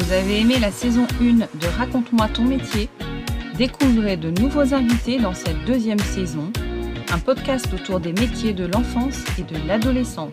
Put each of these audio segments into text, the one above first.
Vous avez aimé la saison 1 de Raconte-moi ton métier? Découvrez de nouveaux invités dans cette deuxième saison, un podcast autour des métiers de l'enfance et de l'adolescence.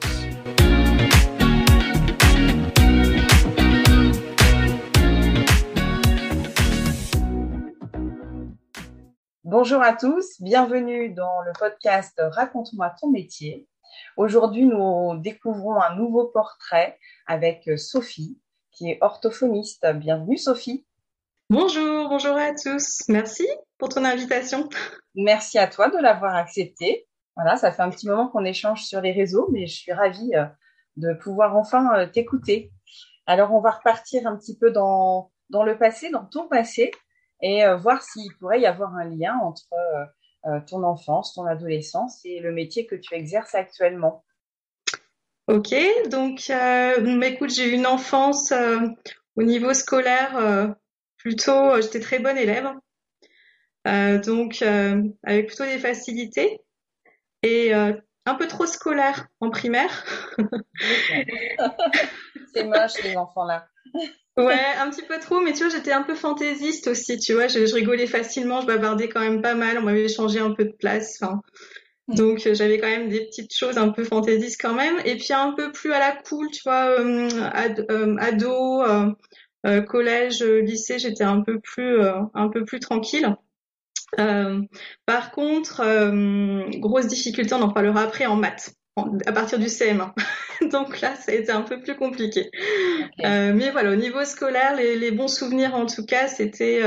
Bonjour à tous, bienvenue dans le podcast Raconte-moi ton métier. Aujourd'hui, nous découvrons un nouveau portrait avec Sophie, qui est orthophoniste. Bienvenue Sophie. Bonjour à tous. Merci pour ton invitation. Merci à toi de l'avoir accepté. Voilà, ça fait un petit moment qu'on échange sur les réseaux, mais je suis ravie de pouvoir enfin t'écouter. Alors, on va repartir un petit peu dans le passé, dans ton passé, et voir s'il pourrait y avoir un lien entre ton enfance, ton adolescence et le métier que tu exerces actuellement. Ok, donc écoute, j'ai eu une enfance au niveau scolaire plutôt, j'étais très bonne élève, donc avec plutôt des facilités et un peu trop scolaire en primaire. C'est moche les enfants là. Ouais, un petit peu trop, mais tu vois, j'étais un peu fantaisiste aussi, tu vois, je rigolais facilement, je bavardais quand même pas mal, on m'avait changé un peu de place, enfin. Donc j'avais quand même des petites choses un peu fantaisistes quand même, et puis un peu plus à la cool, tu vois, ado, collège, lycée, j'étais un peu plus tranquille. Par contre, grosse difficulté, on en parlera après en maths, à partir du CM1. Donc là, ça a été un peu plus compliqué. Okay. Mais voilà, au niveau scolaire, les bons souvenirs en tout cas, c'était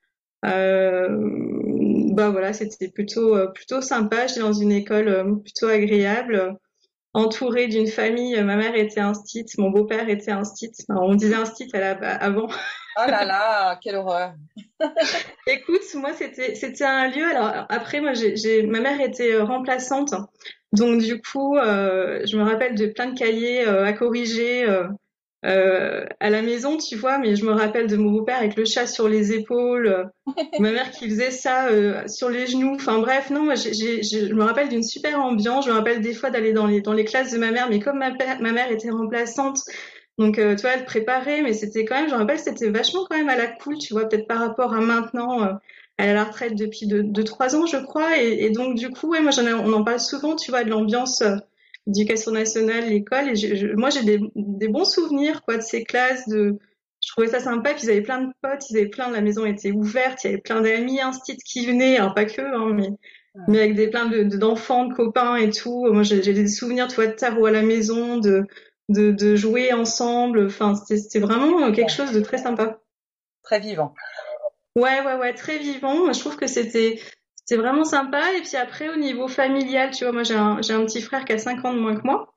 voilà, c'était plutôt sympa. J'étais dans une école plutôt agréable, entourée d'une famille. Ma mère était instite, mon beau-père était instite. Alors, on disait instite avant. Oh là là, quelle horreur. Écoute, moi c'était un lieu. Alors après, moi ma mère était remplaçante, donc du coup, je me rappelle de plein de cahiers à corriger. À la maison, tu vois, mais je me rappelle de mon beau-père avec le chat sur les épaules, ma mère qui faisait ça sur les genoux. Enfin bref, non, moi je me rappelle d'une super ambiance. Je me rappelle des fois d'aller dans les classes de ma mère, mais comme ma mère était remplaçante, donc tu vois, elle préparait, mais c'était quand même, je me rappelle, c'était vachement quand même à la cool, tu vois, peut-être par rapport à maintenant. Elle est à la retraite depuis 2-3 ans, je crois, et donc du coup, ouais, moi on en parle souvent, tu vois, de l'ambiance. Éducation nationale, l'école, et moi j'ai des bons souvenirs quoi de ces classes, je trouvais ça sympa, puis ils avaient plein de potes, la maison était ouverte, il y avait plein d'amis instits qui venaient, alors pas que, hein, mais avec plein d'enfants, de copains et tout. Moi j'ai des souvenirs, tu vois, de tarot à la maison, de jouer ensemble, enfin c'était vraiment quelque chose de très sympa. Très vivant. Ouais, très vivant. Moi, je trouve que c'était vraiment sympa. Et puis après, au niveau familial, tu vois, moi, j'ai un petit frère qui a 5 ans de moins que moi.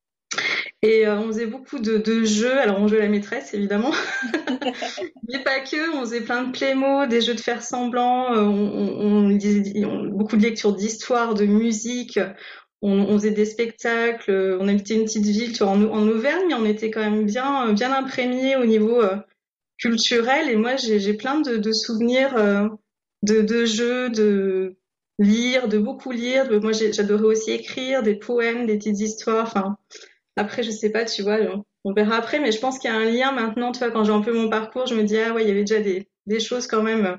Et on faisait beaucoup de jeux. Alors, on jouait à la maîtresse, évidemment. Mais pas que. On faisait plein de playmo, des jeux de faire semblant. On beaucoup de lectures d'histoire, de musique. On faisait des spectacles. On habitait une petite ville, tu vois, en Auvergne, mais on était quand même bien imprégnés au niveau culturel. Et moi, j'ai plein de souvenirs de jeux, de lire, de beaucoup lire. Moi, j'adorais aussi écrire des poèmes, des petites histoires. Enfin, après, je sais pas, tu vois, on verra après, mais je pense qu'il y a un lien maintenant, tu vois, quand j'ai un peu mon parcours, je me dis, ah ouais, il y avait déjà des choses quand même.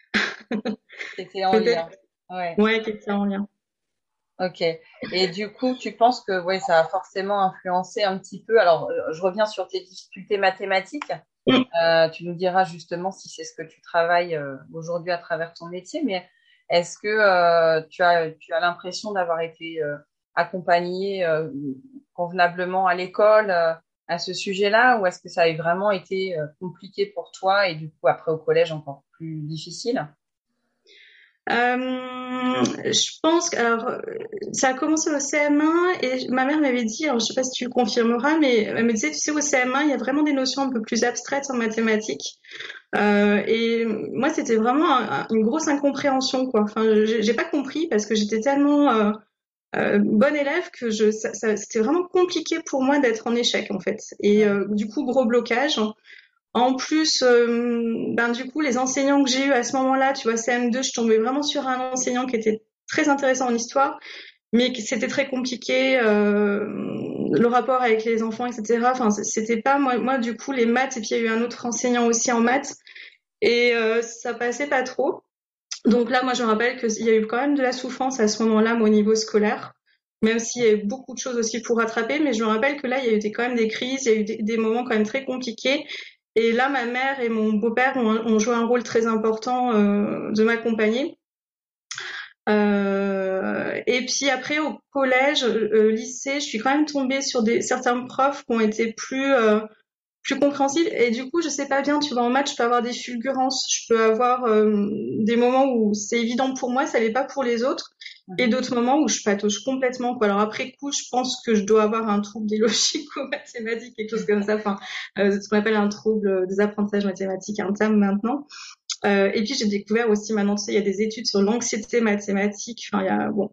Qui étaient en lien. Ouais, qui étaient en lien. Ok. Et du coup, tu penses que ouais, ça a forcément influencé un petit peu. Alors, je reviens sur tes difficultés mathématiques. Tu nous diras justement si c'est ce que tu travailles aujourd'hui à travers ton métier, mais est-ce que tu as l'impression d'avoir été accompagnée convenablement à l'école à ce sujet-là, ou est-ce que ça a vraiment été compliqué pour toi et du coup après au collège encore plus difficile? Je pense que ça a commencé au CM1 et ma mère m'avait dit, alors je sais pas si tu le confirmeras, mais elle me disait, tu sais, au CM1 il y a vraiment des notions un peu plus abstraites en mathématiques, et moi c'était vraiment une grosse incompréhension quoi. Enfin, j'ai pas compris parce que j'étais tellement bonne élève que c'était vraiment compliqué pour moi d'être en échec en fait. Et du coup gros blocage. En plus, du coup, les enseignants que j'ai eus à ce moment-là, tu vois, CM2, je tombais vraiment sur un enseignant qui était très intéressant en histoire. mais c'était très compliqué, le rapport avec les enfants, etc. Enfin, c'était pas moi du coup les maths, et puis il y a eu un autre enseignant aussi en maths, et ça passait pas trop. Donc là, moi, je me rappelle qu'il y a eu quand même de la souffrance à ce moment-là, moi, au niveau scolaire, même s'il y a eu beaucoup de choses aussi pour rattraper. Mais je me rappelle que là, il y a eu quand même des crises, il y a eu des moments quand même très compliqués. Et là, ma mère et mon beau-père ont joué un rôle très important de m'accompagner. Et puis après, au collège, lycée, je suis quand même tombée sur certains profs qui ont été plus compréhensible. Et du coup, je sais pas bien, tu vois, en maths, je peux avoir des fulgurances, je peux avoir des moments où c'est évident pour moi, ça l'est pas pour les autres, et d'autres moments où je patauge complètement, quoi. Alors après coup, je pense que je dois avoir un trouble des logiques ou mathématiques, quelque chose comme ça, enfin, ce qu'on appelle un trouble des apprentissages mathématiques, un terme maintenant. Et puis j'ai découvert aussi maintenant, tu sais, il y a des études sur l'anxiété mathématique. Enfin, il y a bon.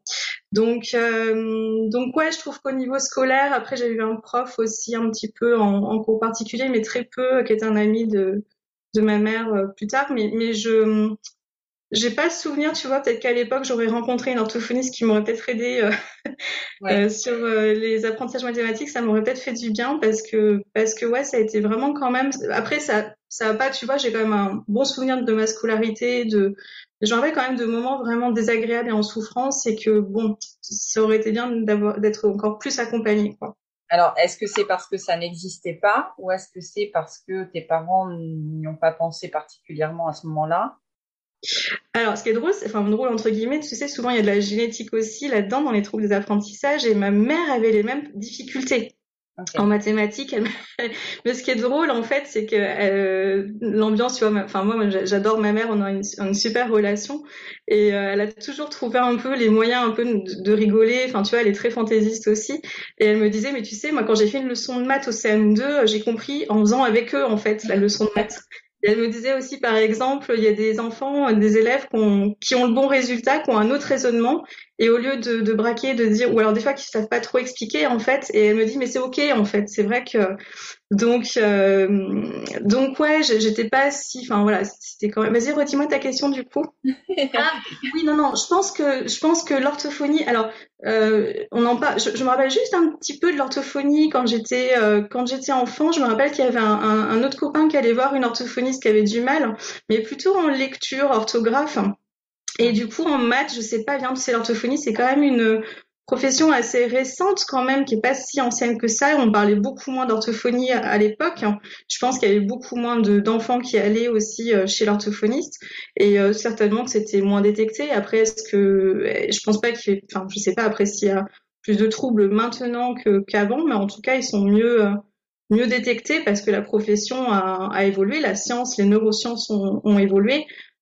Donc ouais, je trouve qu'au niveau scolaire, après j'ai eu un prof aussi un petit peu en cours particulier, mais très peu, qui était un ami de ma mère plus tard. Mais je j'ai pas le souvenir, tu vois, peut-être qu'à l'époque j'aurais rencontré une orthophoniste qui m'aurait peut-être aidé sur les apprentissages mathématiques, ça m'aurait peut-être fait du bien parce que ouais, ça a été vraiment quand même. Après ça a pas, tu vois, j'ai quand même un bon souvenir de ma scolarité, j'en avais quand même de moments vraiment désagréables et en souffrance, et que bon, ça aurait été bien d'être encore plus accompagnée, quoi. Alors, est-ce que c'est parce que ça n'existait pas ou est-ce que c'est parce que tes parents n'y ont pas pensé particulièrement à ce moment-là? Alors, ce qui est drôle, enfin drôle entre guillemets, tu sais, souvent il y a de la génétique aussi là-dedans dans les troubles des apprentissages, et ma mère avait les mêmes difficultés. Okay. En mathématiques, mais ce qui est drôle en fait, c'est que l'ambiance, tu vois, enfin moi j'adore ma mère, on a une super relation, et elle a toujours trouvé un peu les moyens un peu de rigoler. Enfin tu vois, elle est très fantaisiste aussi, et elle me disait, mais tu sais, moi quand j'ai fait une leçon de maths au CM2, j'ai compris en faisant avec eux en fait la leçon de maths. Et elle me disait aussi, par exemple, il y a des enfants, des élèves qui ont le bon résultat, qui ont un autre raisonnement, et au lieu de braquer, de dire, ou alors des fois qui savent pas trop expliquer en fait, et elle me dit, mais c'est ok en fait, c'est vrai que donc ouais, j'étais pas si, enfin voilà, c'était quand même. Vas-y, redis-moi ta question du coup. Ah oui, non, je pense que l'orthophonie. Alors, on en parle. Je me rappelle juste un petit peu de l'orthophonie quand j'étais enfant. Je me rappelle qu'il y avait un autre copain qui allait voir une orthophoniste qui avait du mal, mais plutôt en lecture, orthographe. Et du coup, en maths, je sais pas bien, tu sais, l'orthophonie, c'est quand même une profession assez récente quand même, qui est pas si ancienne que ça. On parlait beaucoup moins d'orthophonie à l'époque. Je pense qu'il y avait beaucoup moins d'enfants qui allaient aussi chez l'orthophoniste, et certainement que c'était moins détecté. Après, je pense pas enfin, je sais pas après s'il y a plus de troubles maintenant qu'avant, mais en tout cas, ils sont mieux détectés parce que la profession a évolué, la science, les neurosciences ont évolué.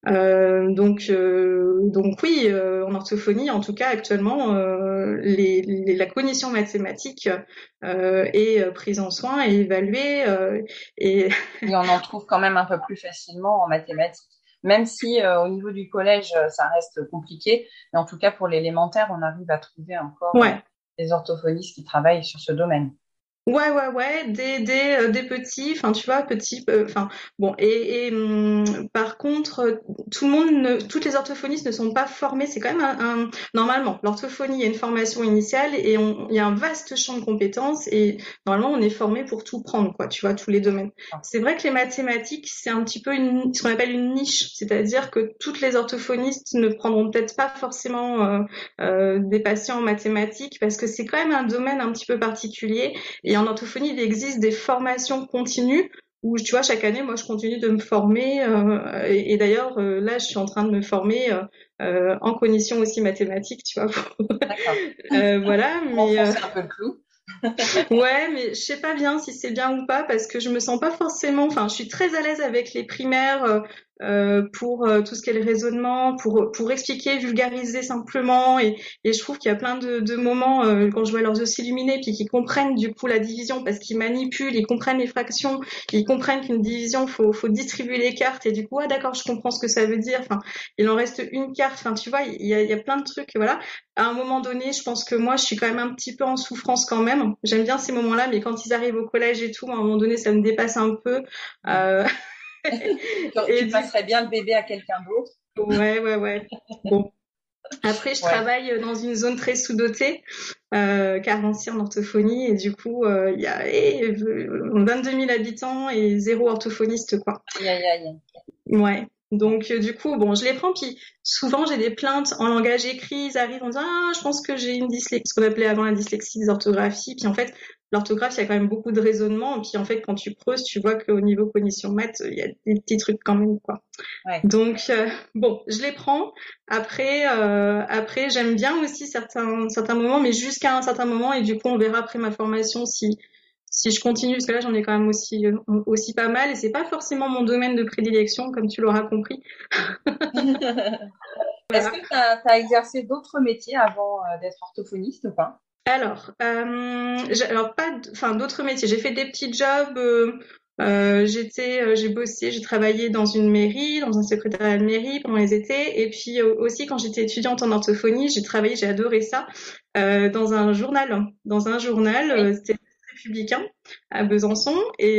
Donc oui, en orthophonie, en tout cas actuellement, la cognition mathématique est prise en soin et évaluée. Et Et on en trouve quand même un peu plus facilement en mathématiques. Même si au niveau du collège, ça reste compliqué, mais en tout cas pour l'élémentaire, on arrive à trouver encore ouais. des orthophonistes qui travaillent sur ce domaine. Ouais, des petits, enfin tu vois, petits, enfin bon, et par contre, toutes les orthophonistes ne sont pas formés. C'est quand même normalement, l'orthophonie, il y a une formation initiale, et il y a un vaste champ de compétences, et normalement on est formé pour tout prendre, quoi, tu vois, tous les domaines. C'est vrai que les mathématiques, c'est un petit peu ce qu'on appelle une niche, c'est-à-dire que toutes les orthophonistes ne prendront peut-être pas forcément des patients en mathématiques, parce que c'est quand même un domaine un petit peu particulier. Et en orthophonie, il existe des formations continues où, tu vois, chaque année, moi, je continue de me former. Et d'ailleurs, là, je suis en train de me former en cognition aussi mathématique, tu vois. Voilà, mais enfoncer un peu le clou. ouais, mais je sais pas bien si c'est bien ou pas, parce que je me sens pas forcément. Enfin, je suis très à l'aise avec les primaires pour tout ce qui est le raisonnement, pour expliquer, vulgariser simplement, et je trouve qu'il y a plein de moments quand je vois leurs yeux s'illuminer, puis qu'ils comprennent du coup la division parce qu'ils manipulent, ils comprennent les fractions, ils comprennent qu'une division faut distribuer les cartes, et du coup ah d'accord, je comprends ce que ça veut dire. Enfin, il en reste une carte. Enfin, tu vois, il y a plein de trucs, voilà. À un moment donné, je pense que moi, je suis quand même un petit peu en souffrance quand même. J'aime bien ces moments-là, mais quand ils arrivent au collège et tout, à un moment donné, ça me dépasse un peu. Tu passerais bien le bébé à quelqu'un d'autre. Ouais. Bon. Après, je Ouais. travaille dans une zone très sous-dotée, carencée en orthophonie, et du coup, il y a 22 000 habitants et zéro orthophoniste, quoi. Aïe, aïe, aïe. Ouais. Donc, du coup, bon, je les prends, puis souvent, j'ai des plaintes en langage écrit, ils arrivent en disant, ah, je pense que j'ai une dyslexie, ce qu'on appelait avant la dyslexie des orthographies, puis en fait, l'orthographe, il y a quand même beaucoup de raisonnement, et puis en fait, quand tu creuses, tu vois qu'au niveau cognition maths, il y a des petits trucs quand même, quoi. Ouais. Donc, bon, je les prends. Après, j'aime bien aussi certains moments, mais jusqu'à un certain moment, et du coup, on verra après ma formation si je continue, parce que là, j'en ai quand même aussi pas mal, et c'est pas forcément mon domaine de prédilection, comme tu l'auras compris. Est-ce Voilà. que tu as exercé d'autres métiers avant d'être orthophoniste ou pas? Alors pas, enfin d'autres métiers. J'ai fait des petits jobs. J'ai bossé, j'ai travaillé dans une mairie, dans un secrétariat de mairie pendant les étés, et puis aussi quand j'étais étudiante en orthophonie, j'ai adoré ça, Oui. c'était républicain à Besançon,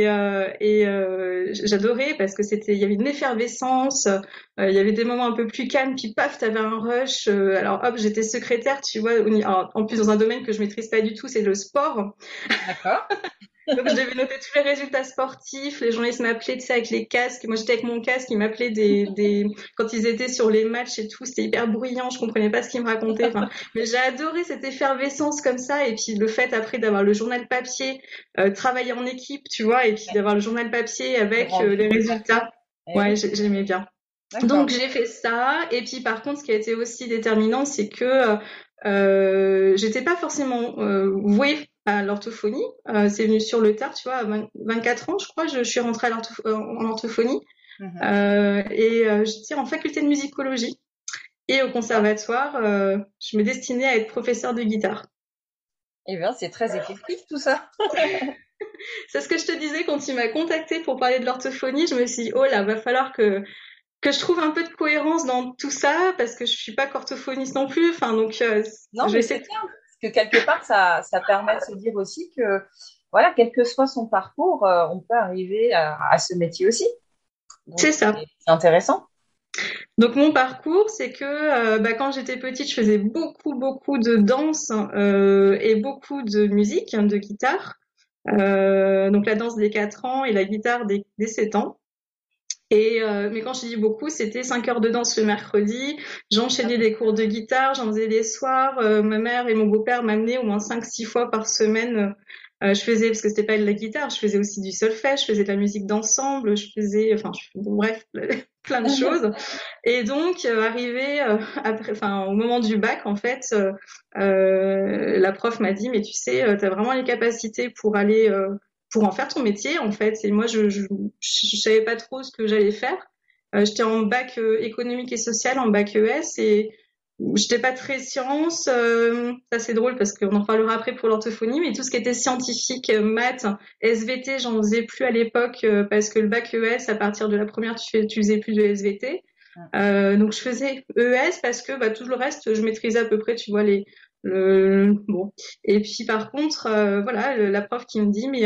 et j'adorais parce que il y avait une effervescence, il y avait des moments un peu plus calmes, puis paf, t'avais un rush. Alors hop, j'étais secrétaire, tu vois, alors, en plus dans un domaine que je maîtrise pas du tout, c'est le sport. D'accord. Donc je devais noter tous les résultats sportifs. Les journalistes m'appelaient, tu sais, avec les casques. Moi j'étais avec mon casque, ils m'appelaient quand ils étaient sur les matchs et tout. C'était hyper bruyant, je comprenais pas ce qu'ils me racontaient. Enfin, mais j'ai adoré cette effervescence comme ça. Et puis le fait après d'avoir le journal papier, travailler en équipe, tu vois, et puis d'avoir le journal papier Le avec rendu. les résultats. Eh Ouais, oui. j'aimais bien. Donc D'accord. j'ai fait ça. Et puis par contre, ce qui a été aussi déterminant, c'est que j'étais pas forcément vouée à l'orthophonie. C'est venu sur le tard, tu vois, à 24 ans, je crois, je suis rentrée en orthophonie. Mhm. J'étais en faculté de musicologie. Et au Ah. conservatoire, je me destinais à être professeure de guitare. Eh bien, c'est très effectif tout ça. C'est ce que je te disais quand tu m'as contactée pour parler de l'orthophonie. Je me suis dit, oh là, va falloir que je trouve un peu de cohérence dans tout ça, parce que je suis pas qu'orthophoniste non plus. Enfin, donc, Non, je vais mais c'est essayer. bien, parce que quelque part, ça permet de se dire aussi que, voilà, quel que soit son parcours, on peut arriver à ce métier aussi. Donc, C'est ça. c'est intéressant. Donc mon parcours, c'est que quand j'étais petite, je faisais beaucoup de danse et beaucoup de musique, de guitare. Donc la danse des 4 ans et la guitare des 7 ans. Mais quand je dis beaucoup, c'était 5 heures de danse le mercredi. J'enchaînais des cours de guitare, j'en faisais des soirs. Ma mère et mon beau-père m'amenaient au moins 5-6 fois par semaine. Je faisais, parce que c'était pas de la guitare, je faisais aussi du solfège, je faisais de la musique d'ensemble, bon, bref, plein de choses. Et donc, arrivé au moment du bac, en fait, la prof m'a dit, mais tu sais, t'as vraiment les capacités pour aller pour en faire ton métier, en fait. Et moi, je savais pas trop ce que j'allais faire. J'étais en bac économique et social, en bac ES, et j'étais pas très science. Ça, c'est drôle parce qu'on en parlera après pour l'orthophonie, mais tout ce qui était scientifique, maths, SVT, j'en faisais plus à l'époque parce que le bac ES, à partir de la première, tu faisais plus de SVT. Donc je faisais ES parce que tout le reste, je maîtrisais à peu près, tu vois, bon. Et puis par contre, voilà, la prof qui me dit, mais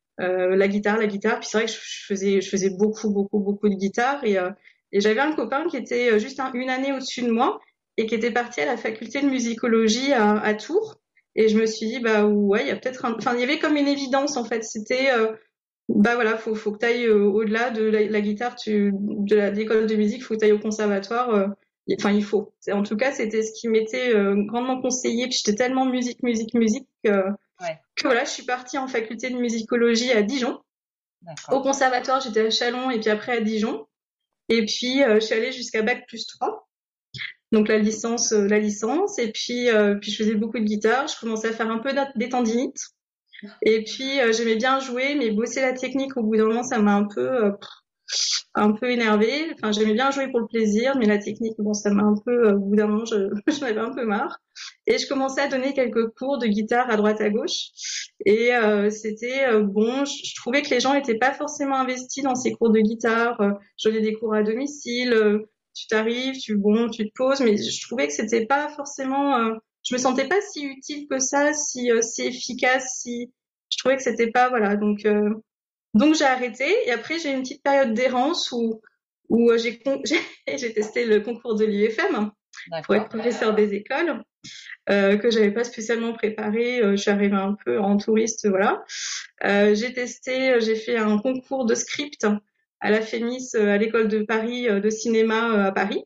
la guitare. Puis c'est vrai que je faisais beaucoup de guitare, et j'avais un copain qui était juste une année au-dessus de moi et qui était parti à la faculté de musicologie à Tours. Et je me suis dit, bah ouais, il y a peut-être enfin, il y avait comme une évidence, en fait. C'était, voilà, faut que tu ailles au-delà de la guitare, de l'école de musique, faut que tu ailles au conservatoire. Enfin, il faut. En tout cas, c'était ce qui m'était grandement conseillé. Puis j'étais tellement musique Ouais, que voilà, je suis partie en faculté de musicologie à Dijon. Au d'accord. conservatoire, j'étais à Chalon et puis après à Dijon. Et puis, je suis allée jusqu'à bac+3. Donc la licence. Et puis je faisais beaucoup de guitare. Je commençais à faire un peu des tendinites. Et puis j'aimais bien jouer, mais bosser la technique au bout d'un moment, ça m'a un peu énervée. Enfin, j'aimais bien jouer pour le plaisir, mais la technique, bon, ça m'a un peu, au bout d'un moment, j'en avais un peu marre. Et je commençais à donner quelques cours de guitare à droite à gauche. Et c'était bon. Je trouvais que les gens étaient pas forcément investis dans ces cours de guitare. Je donnais des cours à domicile. Tu t'arrives, tu te poses, mais je trouvais que c'était pas forcément. Je me sentais pas si utile que ça, si efficace, si. Je trouvais que c'était pas, voilà. Donc j'ai arrêté, et après j'ai eu une petite période d'errance où j'ai testé le concours de l'IUFM. pour être D'accord. professeur des écoles, que j'avais pas spécialement préparé. Je suis arrivée un peu en touriste, voilà. J'ai fait un concours de script à la FEMIS, à l'école de Paris, de cinéma à Paris.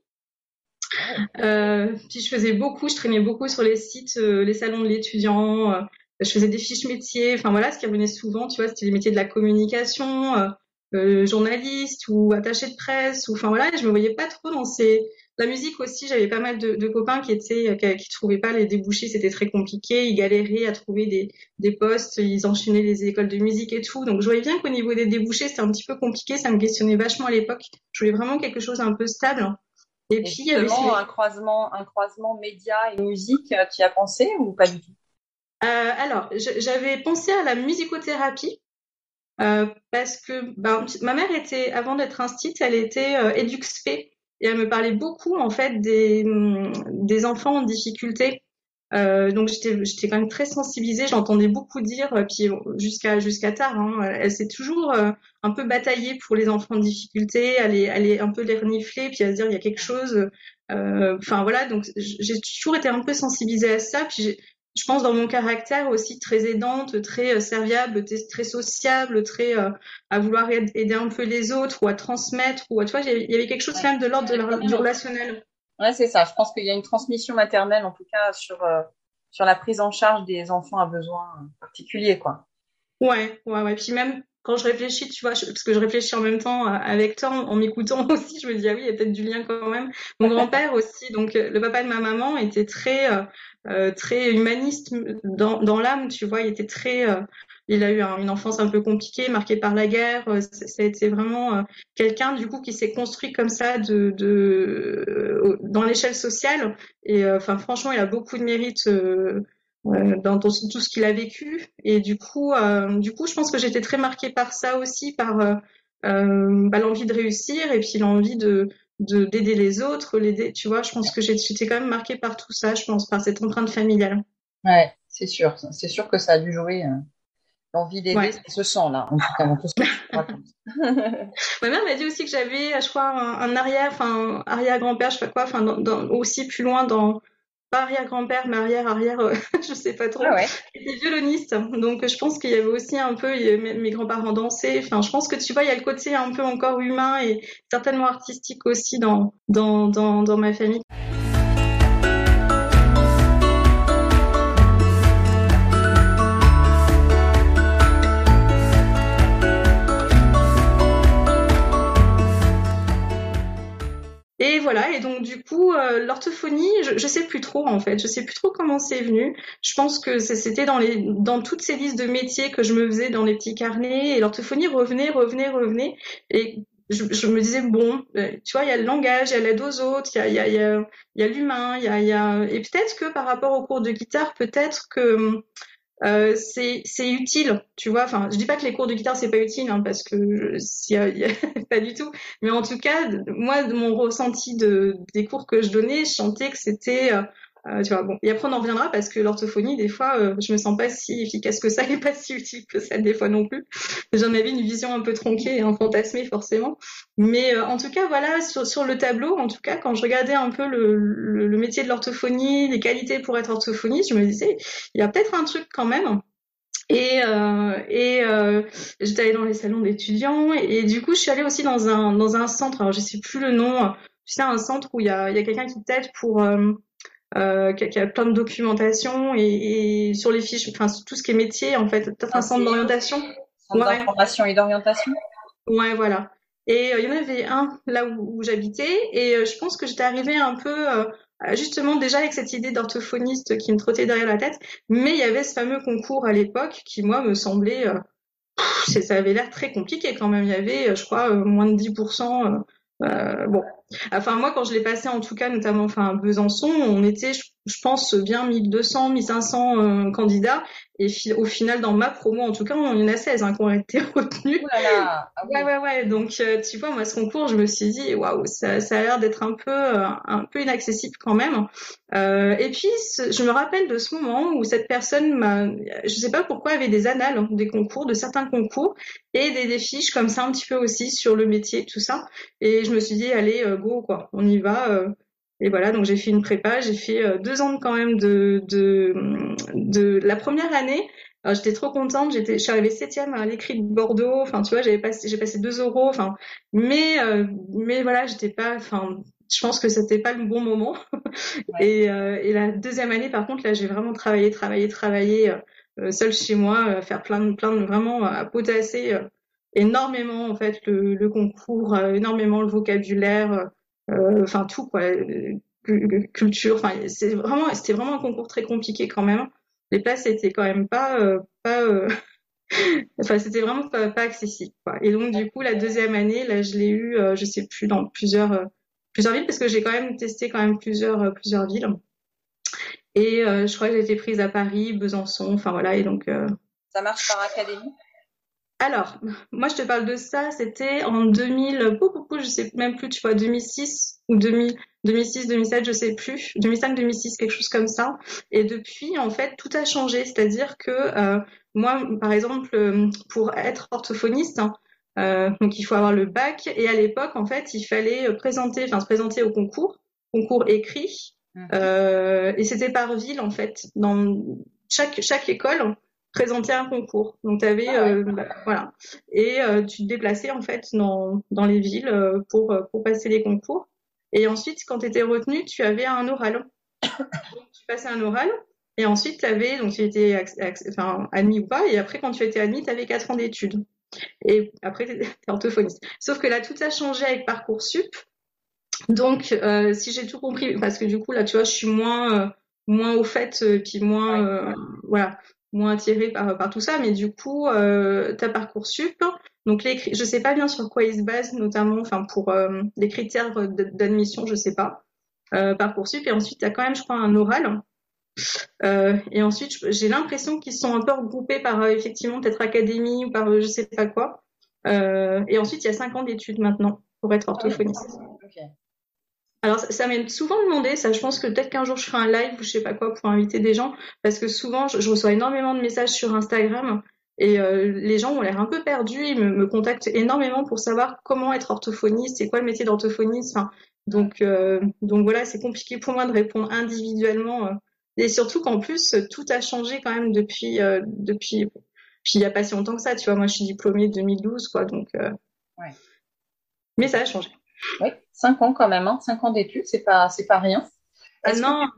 Puis je traînais beaucoup sur les sites, les salons de l'étudiant. Je faisais des fiches métiers. Enfin voilà, ce qui revenait souvent, tu vois, c'était les métiers de la communication, journaliste ou attaché de presse. Ou enfin voilà, je me voyais pas trop dans ces. La musique aussi, j'avais pas mal de copains qui trouvaient pas les débouchés, c'était très compliqué. Ils galéraient à trouver des postes, ils enchaînaient les écoles de musique et tout. Donc je voyais bien qu'au niveau des débouchés, c'était un petit peu compliqué. Ça me questionnait vachement à l'époque. Je voulais vraiment quelque chose un peu stable. Et Et puis, il y avait justement, un croisement média et musique, tu y as pensé ou pas du tout? alors, j'avais pensé à la musicothérapie parce que ma mère était, avant d'être instite, elle était EduxP et elle me parlait beaucoup en fait des enfants en difficulté. Donc j'étais quand même très sensibilisée, j'entendais beaucoup dire, puis jusqu'à tard, hein, elle s'est toujours un peu bataillée pour les enfants en difficulté, elle est un peu les renifler, puis à se dire il y a quelque chose. Enfin voilà, donc j'ai toujours été un peu sensibilisée à ça, puis je pense dans mon caractère aussi très aidante, très serviable, très sociable, très à vouloir aider un peu les autres ou à transmettre, ou tu vois, il y avait quelque chose Ouais. quand même de l'ordre du Carrément. relationnel. Ouais, c'est ça. Je pense qu'il y a une transmission maternelle, en tout cas, sur la prise en charge des enfants à besoins particuliers, quoi. Ouais. Puis même quand je réfléchis, tu vois, parce que je réfléchis en même temps avec toi, en m'écoutant aussi, je me dis, ah oui, il y a peut-être du lien quand même. Mon grand-père aussi, donc le papa de ma maman était très humaniste dans l'âme, tu vois, il était il a eu une enfance un peu compliquée, marquée par la guerre. Ça a été vraiment quelqu'un, du coup, qui s'est construit comme ça dans l'échelle sociale. Et enfin, franchement, il a beaucoup de mérite. Dans tout ce qu'il a vécu et du coup je pense que j'étais très marquée par ça aussi par l'envie de réussir et puis l'envie d'aider les autres l'aider, tu vois, je pense que j'étais quand même marquée par tout ça, je pense, par cette empreinte familiale. Ouais, c'est sûr. C'est sûr que ça a dû jouer. L'envie d'aider, Ouais, ça se sent là, en tout cas, dans tout ce que tu me racontes. ma mère m'a dit aussi que j'avais je crois un arrière-grand-père, je sais pas quoi, enfin aussi plus loin dans pas arrière-grand-père, mais arrière, je sais pas Ah trop. ouais. Il était violoniste, donc je pense qu'il y avait aussi un peu, mes grands-parents dansaient. Enfin, je pense que tu vois, il y a le côté un peu encore humain et certainement artistique aussi dans ma famille. Et voilà, et donc du coup, l'orthophonie, je sais plus trop en fait, je sais plus trop comment c'est venu. Je pense que c'était dans toutes ces listes de métiers que je me faisais dans les petits carnets, et l'orthophonie revenait, et je me disais bon, tu vois, il y a le langage, il y a l'aide aux autres, il y a l'humain, et peut-être que par rapport au cours de guitare, peut-être que c'est utile, tu vois. Enfin, je dis pas que les cours de guitare c'est pas utile, hein, parce que pas du tout. Mais en tout cas, moi, de mon ressenti des cours que je donnais, je sentais que c'était, tu vois. Bon, et après on en reviendra parce que l'orthophonie, des fois, je me sens pas si efficace que ça et pas si utile que ça des fois non plus. J'en avais une vision un peu tronquée et un fantasmée forcément. Mais en tout cas, voilà, sur le tableau, en tout cas, quand je regardais un peu le métier de l'orthophonie, les qualités pour être orthophoniste, je me disais il y a peut-être un truc quand même. Et j'étais allée dans les salons d'étudiants et du coup je suis allée aussi dans un centre. Alors je sais plus le nom. Tu sais, un centre où il y a quelqu'un qui t'aide pour qui a plein de documentation et sur les fiches, enfin sur tout ce qui est métier en fait. Peut-être un Un centre CIO, d'orientation. Centre Ouais, d'information et d'orientation. ouais, voilà. Et il y en avait un là où j'habitais et je pense que j'étais arrivée un peu justement déjà avec cette idée d'orthophoniste qui me trottait derrière la tête, mais il y avait ce fameux concours à l'époque qui moi me semblait ça avait l'air très compliqué quand même. Il y avait je crois moins de 10%. Bon, enfin moi quand je l'ai passé en tout cas notamment enfin à Besançon, on était je pense bien 1200, 1500 candidats et au final dans ma promo en tout cas on en a 16 hein, qui ont été retenus. Ouh là là, ah oui. Ouais. Donc, tu vois, moi, ce concours, je me suis dit, waouh, ça a l'air d'être un peu inaccessible quand même. Et puis, je me rappelle de ce moment où cette personne je sais pas pourquoi, avait des annales hein, des concours, de certains concours, et des fiches comme ça un petit peu aussi sur le métier, tout ça. Et je me suis dit, allez, go, quoi, on y va. Et voilà, donc j'ai fait une prépa, j'ai fait 2 ans quand même de la première année. Alors, j'étais trop contente, je suis arrivée 7e à l'écrit de Bordeaux. Enfin, tu vois, j'ai passé 2 euros. Enfin, mais voilà, j'étais pas. Enfin, je pense que c'était pas le bon moment. Ouais. Et la deuxième année, par contre, là, j'ai vraiment travaillé seule chez moi, faire plein de vraiment potasser énormément en fait le concours, énormément le vocabulaire, enfin tout quoi, culture. Enfin, c'était vraiment un concours très compliqué quand même. Les places étaient quand même pas enfin c'était vraiment pas accessible quoi. Et donc du coup la deuxième année là je l'ai eu je sais plus dans plusieurs villes parce que j'ai quand même testé quand même plusieurs villes. Et je crois que j'ai été prise à Paris, Besançon, enfin voilà. Et donc, Ça marche par académie? alors, moi je te parle de ça, c'était en 2000, je sais même plus, tu vois, 2006 ou 2006, 2007, je sais plus, 2005, 2006, quelque chose comme ça. Et depuis, en fait, tout a changé. C'est-à-dire que moi, par exemple, pour être orthophoniste, hein, donc il faut avoir le bac. Et à l'époque, en fait, il fallait se présenter au concours écrit. Et c'était par ville, en fait. Dans chaque école présentait un concours. Donc, tu avais, Ah ouais. voilà. Et tu te déplaçais, en fait, dans les villes pour passer les concours. Et ensuite, quand tu étais retenu, tu avais un oral. Donc, tu passais un oral. Et ensuite, donc, tu étais admis ou pas. Et après, quand tu étais admis, tu avais 4 ans d'études. Et après, tu étais orthophoniste. Sauf que là, tout a changé avec Parcoursup. Donc, si j'ai tout compris, parce que du coup, là, tu vois, je suis moins au fait, puis Ouais. voilà, moins attirée par tout ça. Mais du coup, t'as Parcoursup. Donc, je sais pas bien sur quoi ils se basent, notamment, enfin, pour les critères d'admission, je sais pas. Parcoursup. Et ensuite, t'as quand même, je crois, un oral. Et ensuite, j'ai l'impression qu'ils sont un peu regroupés par, effectivement, peut-être académie ou par, je sais pas quoi. Et ensuite, il y a 5 ans d'études maintenant pour être Ah oui. orthophoniste. Ok. Alors, ça m'est souvent demandé, ça, je pense que peut-être qu'un jour je ferai un live ou je sais pas quoi pour inviter des gens, parce que souvent je reçois énormément de messages sur Instagram et les gens ont l'air un peu perdus, ils me contactent énormément pour savoir comment être orthophoniste, c'est quoi le métier d'orthophoniste. Enfin, donc voilà, c'est compliqué pour moi de répondre individuellement. Et surtout qu'en plus, tout a changé quand même depuis, puis il y a pas si longtemps que ça, tu vois, moi je suis diplômée 2012, quoi, donc, Ouais. mais ça a changé. Oui, 5 ans quand même, hein. 5 ans d'études, c'est pas rien. Ah Est-ce que non.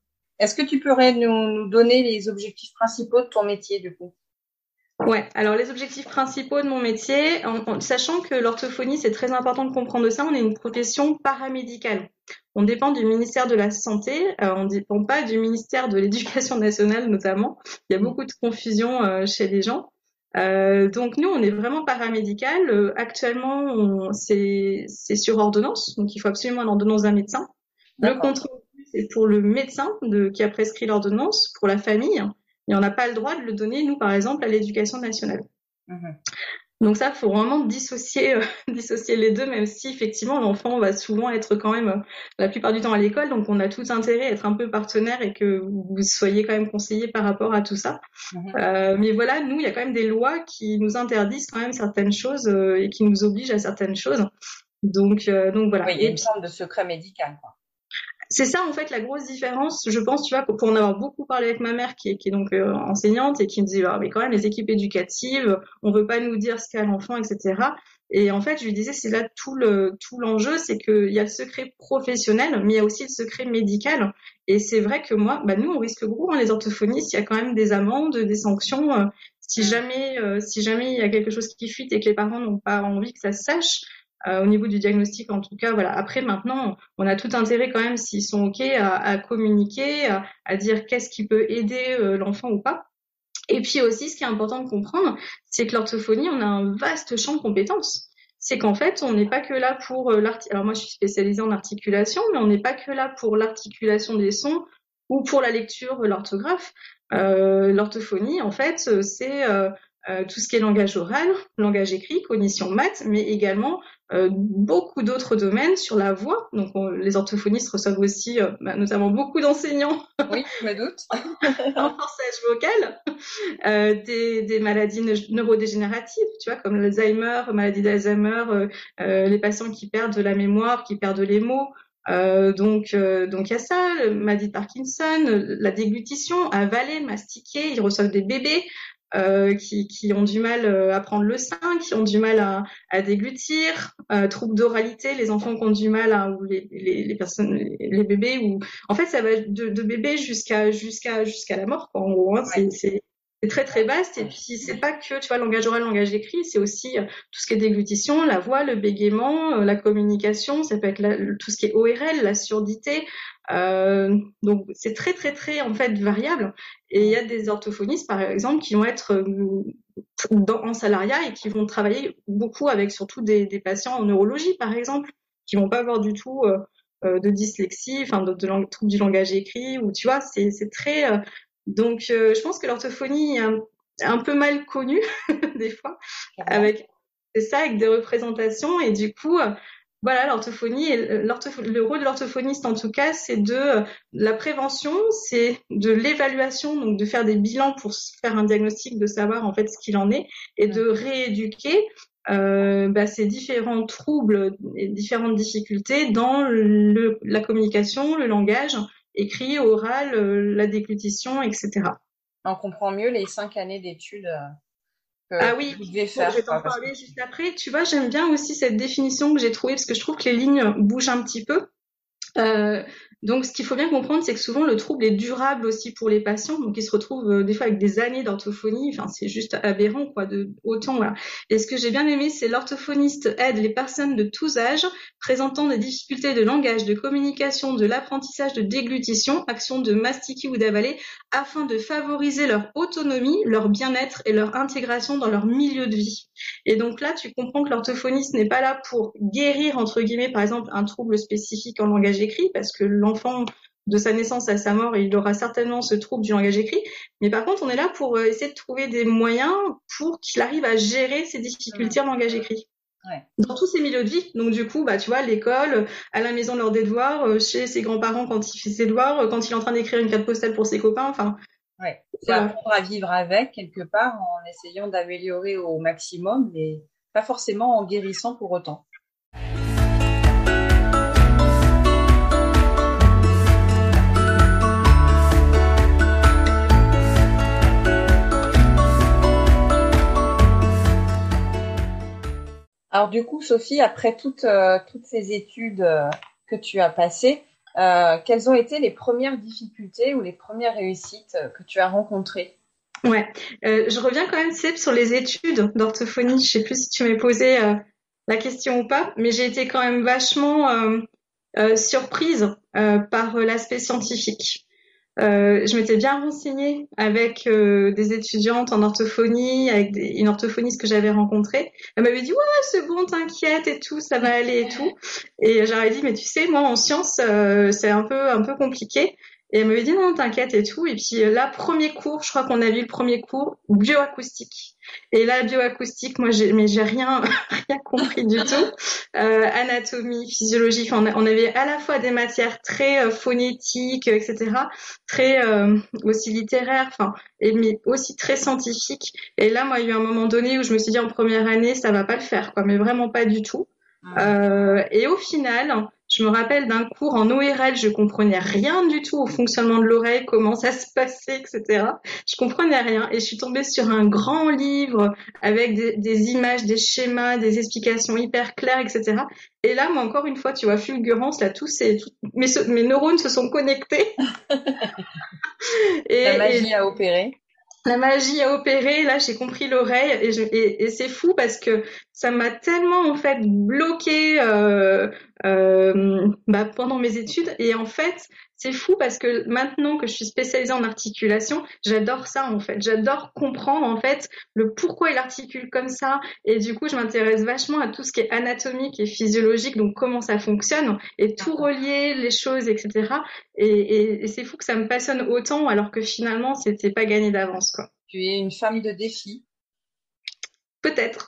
tu pourrais nous donner les objectifs principaux de ton métier, du coup? Ouais, alors les objectifs principaux de mon métier, sachant que l'orthophonie, c'est très important de comprendre ça, on est une profession paramédicale. On dépend du ministère de la Santé, on ne dépend pas du ministère de l'Éducation nationale notamment. Il y a beaucoup de confusion chez les gens. Donc nous, on est vraiment paramédical. Actuellement, c'est sur ordonnance, donc il faut absolument une ordonnance d'un médecin. Le D'accord. contrôle, c'est pour le médecin qui a prescrit l'ordonnance, pour la famille. Et on n'a pas le droit de le donner, nous, par exemple, à l'éducation nationale. Mhm. Donc ça, faut vraiment dissocier, dissocier les deux, même si effectivement l'enfant va souvent être quand même la plupart du temps à l'école, donc on a tout intérêt à être un peu partenaire et que vous soyez quand même conseillé par rapport à tout ça. Mhm. Mais voilà, nous, il y a quand même des lois qui nous interdisent quand même certaines choses et qui nous obligent à certaines choses. Donc voilà. Oui, il y a une forme de secret médical, quoi. C'est ça en fait la grosse différence, je pense, tu vois, pour en avoir beaucoup parlé avec ma mère qui est donc enseignante et qui me dit ah mais quand même les équipes éducatives, on veut pas nous dire ce qu'a l'enfant, etc. Et en fait je lui disais c'est là tout l'enjeu, c'est qu'il y a le secret professionnel, mais il y a aussi le secret médical. Et c'est vrai que moi, bah nous on risque gros, hein, les orthophonistes, il y a quand même des amendes, des sanctions. Si jamais il y a quelque chose qui fuite et que les parents n'ont pas envie que ça se sache. Au niveau du diagnostic, en tout cas, voilà. Après, maintenant, on a tout intérêt quand même, s'ils sont OK, à communiquer, à dire qu'est-ce qui peut aider l'enfant ou pas. Et puis aussi, ce qui est important de comprendre, c'est que l'orthophonie, on a un vaste champ de compétences. C'est qu'en fait, on n'est pas que là pour alors moi, je suis spécialisée en articulation, mais on n'est pas que là pour l'articulation des sons ou pour la lecture, l'orthographe. L'orthophonie, en fait, c'est tout ce qui est langage oral, langage écrit, cognition maths, mais également beaucoup d'autres domaines sur la voix. Donc les orthophonistes reçoivent aussi notamment beaucoup d'enseignants Oui, je me doute. en forçage vocal, des maladies neurodégénératives, tu vois, comme l'Alzheimer, maladie d'Alzheimer, les patients qui perdent de la mémoire, qui perdent les mots. Donc il y a ça, maladie de Parkinson, la déglutition, avaler, mastiquer. Ils reçoivent des bébés qui ont du mal à prendre le sein, qui ont du mal à déglutir, troubles d'oralité, les enfants qui ont du mal ou les personnes, les bébés, ou en fait ça va de bébé jusqu'à la mort, quoi, en gros, hein. C'est très très vaste. Et puis c'est pas que, tu vois, langage oral, langage écrit, c'est aussi tout ce qui est déglutition, la voix, le bégaiement, la communication. Ça peut être tout ce qui est ORL, la surdité. Donc c'est très très très en fait variable. Et il y a des orthophonistes par exemple qui vont être en salariat et qui vont travailler beaucoup avec surtout des patients en neurologie par exemple, qui vont pas avoir du tout de dyslexie, enfin de troubles du langage écrit, ou tu vois, c'est très donc, je pense que l'orthophonie est un peu mal connue des fois, avec des représentations, et du coup, voilà, l'orthophonie, le rôle de l'orthophoniste en tout cas, c'est de la prévention, c'est de l'évaluation, donc de faire des bilans pour faire un diagnostic, de savoir en fait ce qu'il en est, et de rééduquer ces différents troubles et différentes difficultés dans la communication, le langage écrit, oral, la déglutition, etc. On comprend mieux les 5 années d'études que vous devez faire. Je vais t'en parler juste après. Tu vois, j'aime bien aussi cette définition que j'ai trouvée, parce que je trouve que les lignes bougent un petit peu. Donc, ce qu'il faut bien comprendre, c'est que souvent le trouble est durable aussi pour les patients. Donc, ils se retrouvent des fois avec des années d'orthophonie. Enfin, c'est juste aberrant, quoi, de autant, voilà. Et ce que j'ai bien aimé, c'est l'orthophoniste aide les personnes de tous âges présentant des difficultés de langage, de communication, de l'apprentissage de déglutition, action de mastiquer ou d'avaler, afin de favoriser leur autonomie, leur bien-être et leur intégration dans leur milieu de vie. Et donc là, tu comprends que l'orthophoniste n'est pas là pour guérir, entre guillemets, par exemple, un trouble spécifique en langage écrit, parce que l'enfant, de sa naissance à sa mort, il aura certainement ce trouble du langage écrit. Mais par contre, on est là pour essayer de trouver des moyens pour qu'il arrive à gérer ses difficultés en langage écrit. Ouais. Dans tous ses milieux de vie. Donc du coup, tu vois, l'école, à la maison lors des devoirs, chez ses grands-parents quand il fait ses devoirs, quand il est en train d'écrire une carte postale pour ses copains, enfin... Ouais, c'est apprendre à vivre avec, quelque part, en essayant d'améliorer au maximum, mais pas forcément en guérissant pour autant. Alors du coup, Sophie, après toutes ces études que tu as passées, quelles ont été les premières difficultés ou les premières réussites que tu as rencontrées? Ouais, je reviens quand même, Seb, sur les études d'orthophonie. Je sais plus si tu m'as posé la question ou pas, mais j'ai été quand même vachement surprise par l'aspect scientifique. Je m'étais bien renseignée avec des étudiantes en orthophonie, avec une orthophoniste que j'avais rencontrée. Elle m'avait dit ouais, c'est bon, t'inquiète et tout, ça va aller et tout. Et j'aurais dit mais tu sais, moi en sciences c'est un peu compliqué. Et elle m'avait dit non, t'inquiète et tout. Et puis là, premier cours, je crois qu'on a vu le premier cours bioacoustique. Et là, bioacoustique, moi j'ai rien compris du tout. Anatomie, physiologie, on avait à la fois des matières très phonétiques, etc., très aussi littéraires, mais aussi très scientifiques. Et là, moi, il y a eu un moment donné où je me suis dit en première année, ça va pas le faire, quoi, mais vraiment pas du tout. Et au final, je me rappelle d'un cours en ORL, je comprenais rien du tout au fonctionnement de l'oreille, comment ça se passait, etc. Je comprenais rien et je suis tombée sur un grand livre avec des images, des schémas, des explications hyper claires, etc. Et là, moi, encore une fois, tu vois, fulgurance, là, mes neurones se sont connectés. La magie a opéré. La magie a opéré, là j'ai compris l'oreille et c'est fou parce que ça m'a tellement en fait bloqué pendant mes études, et en fait c'est fou parce que maintenant que je suis spécialisée en articulation, j'adore ça en fait, j'adore comprendre en fait le pourquoi il articule comme ça, et du coup je m'intéresse vachement à tout ce qui est anatomique et physiologique, donc comment ça fonctionne et tout relier les choses, etc. Et c'est fou que ça me passionne autant alors que finalement c'était pas gagné d'avance, quoi. Tu es une femme de défi. Peut-être.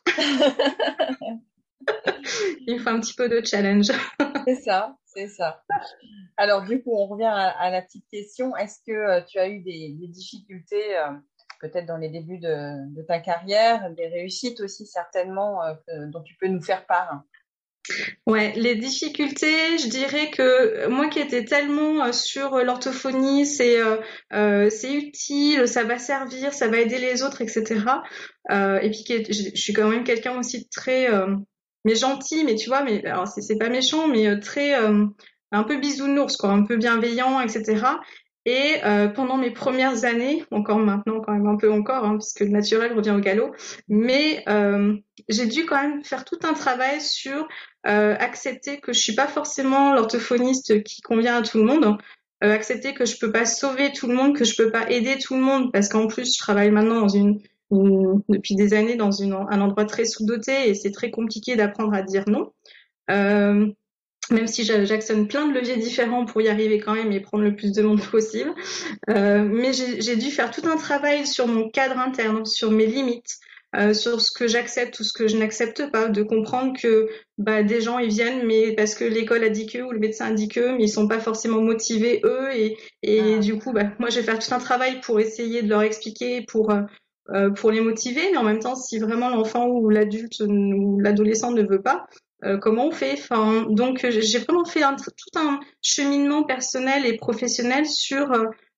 Il faut un petit peu de challenge. C'est ça. Alors du coup, on revient à la petite question. Est-ce que tu as eu des difficultés peut-être dans les débuts de ta carrière, des réussites aussi certainement dont tu peux nous faire part? Ouais, les difficultés, je dirais que moi qui étais tellement sur l'orthophonie, c'est utile, ça va servir, ça va aider les autres, etc. Et puis je suis quand même quelqu'un aussi de très mais gentil, mais tu vois, mais alors c'est pas méchant, mais très un peu bisounours, quoi, un peu bienveillant, etc. Et pendant mes premières années, encore maintenant quand même un peu encore, hein, puisque le naturel revient au galop, mais j'ai dû quand même faire tout un travail sur accepter que je suis pas forcément l'orthophoniste qui convient à tout le monde, accepter que je peux pas sauver tout le monde, que je peux pas aider tout le monde, parce qu'en plus je travaille maintenant dans depuis des années dans un endroit très sous-doté et c'est très compliqué d'apprendre à dire non. Euh, Même si j'actionne plein de leviers différents pour y arriver quand même et prendre le plus de monde possible. Mais j'ai dû faire tout un travail sur mon cadre interne, sur mes limites, sur ce que j'accepte ou ce que je n'accepte pas, de comprendre que bah, des gens ils viennent mais parce que l'école a dit que ou le médecin a dit que, mais ils sont pas forcément motivés eux et du coup bah, moi je vais faire tout un travail pour essayer de leur expliquer pour les motiver, mais en même temps si vraiment l'enfant ou l'adulte ou l'adolescent ne veut pas, comment on fait, enfin, donc j'ai vraiment fait tout un cheminement personnel et professionnel sur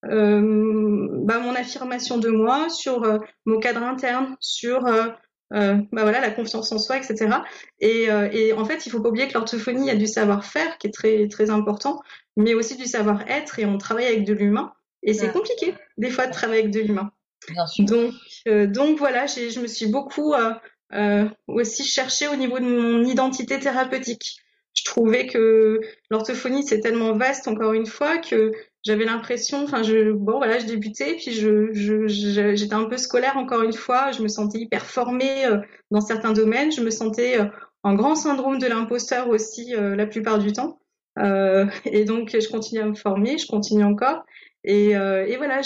bah, mon affirmation de moi, sur mon cadre interne, sur bah voilà la confiance en soi, etc. Et en fait, il faut pas oublier que l'orthophonie, il y a du savoir-faire qui est très très important, mais aussi du savoir-être et on travaille avec de l'humain. Et c'est compliqué des fois de travailler avec de l'humain. Bien sûr. Donc voilà, je me suis beaucoup aussi cherchée au niveau de mon identité thérapeutique. Je trouvais que l'orthophonie c'est tellement vaste encore une fois que j'avais l'impression, enfin bon voilà, je débutais puis j'étais un peu scolaire encore une fois, je me sentais hyper formée dans certains domaines, je me sentais en grand syndrome de l'imposteur aussi la plupart du temps. Et donc je continue à me former, je continue encore et voilà,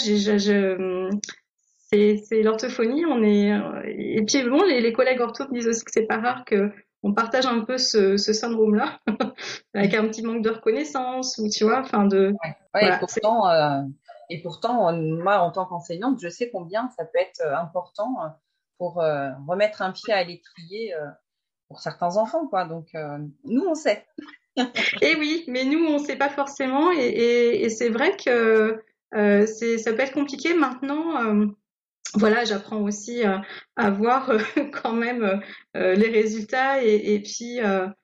c'est l'orthophonie, et puis bon, les collègues ortho me disent aussi que c'est pas rare que on partage un peu ce syndrome-là, avec un petit manque de reconnaissance ou tu vois, enfin Ouais, voilà. et pourtant, moi, en tant qu'enseignante, je sais combien ça peut être important pour remettre un pied à l'étrier pour certains enfants, quoi. Donc, nous, on sait. Et oui, mais nous on sait pas forcément, et c'est vrai que ça peut être compliqué maintenant. Voilà, j'apprends aussi à voir quand même les résultats et puis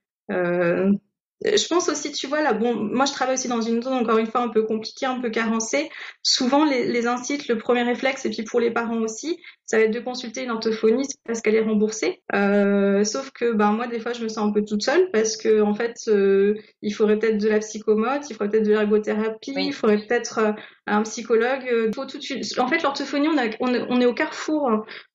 je pense aussi, tu vois, là, bon, moi je travaille aussi dans une zone encore une fois un peu compliquée, un peu carencée. Souvent les instituts, le premier réflexe, et puis pour les parents aussi, ça va être de consulter une orthophoniste parce qu'elle est remboursée. Sauf que ben moi des fois je me sens un peu toute seule parce que en fait il faudrait peut-être de la psychomote, il faudrait peut-être de l'ergothérapie, Oui. il faudrait peut-être un psychologue. Faut tout de suite. En fait l'orthophonie on est au carrefour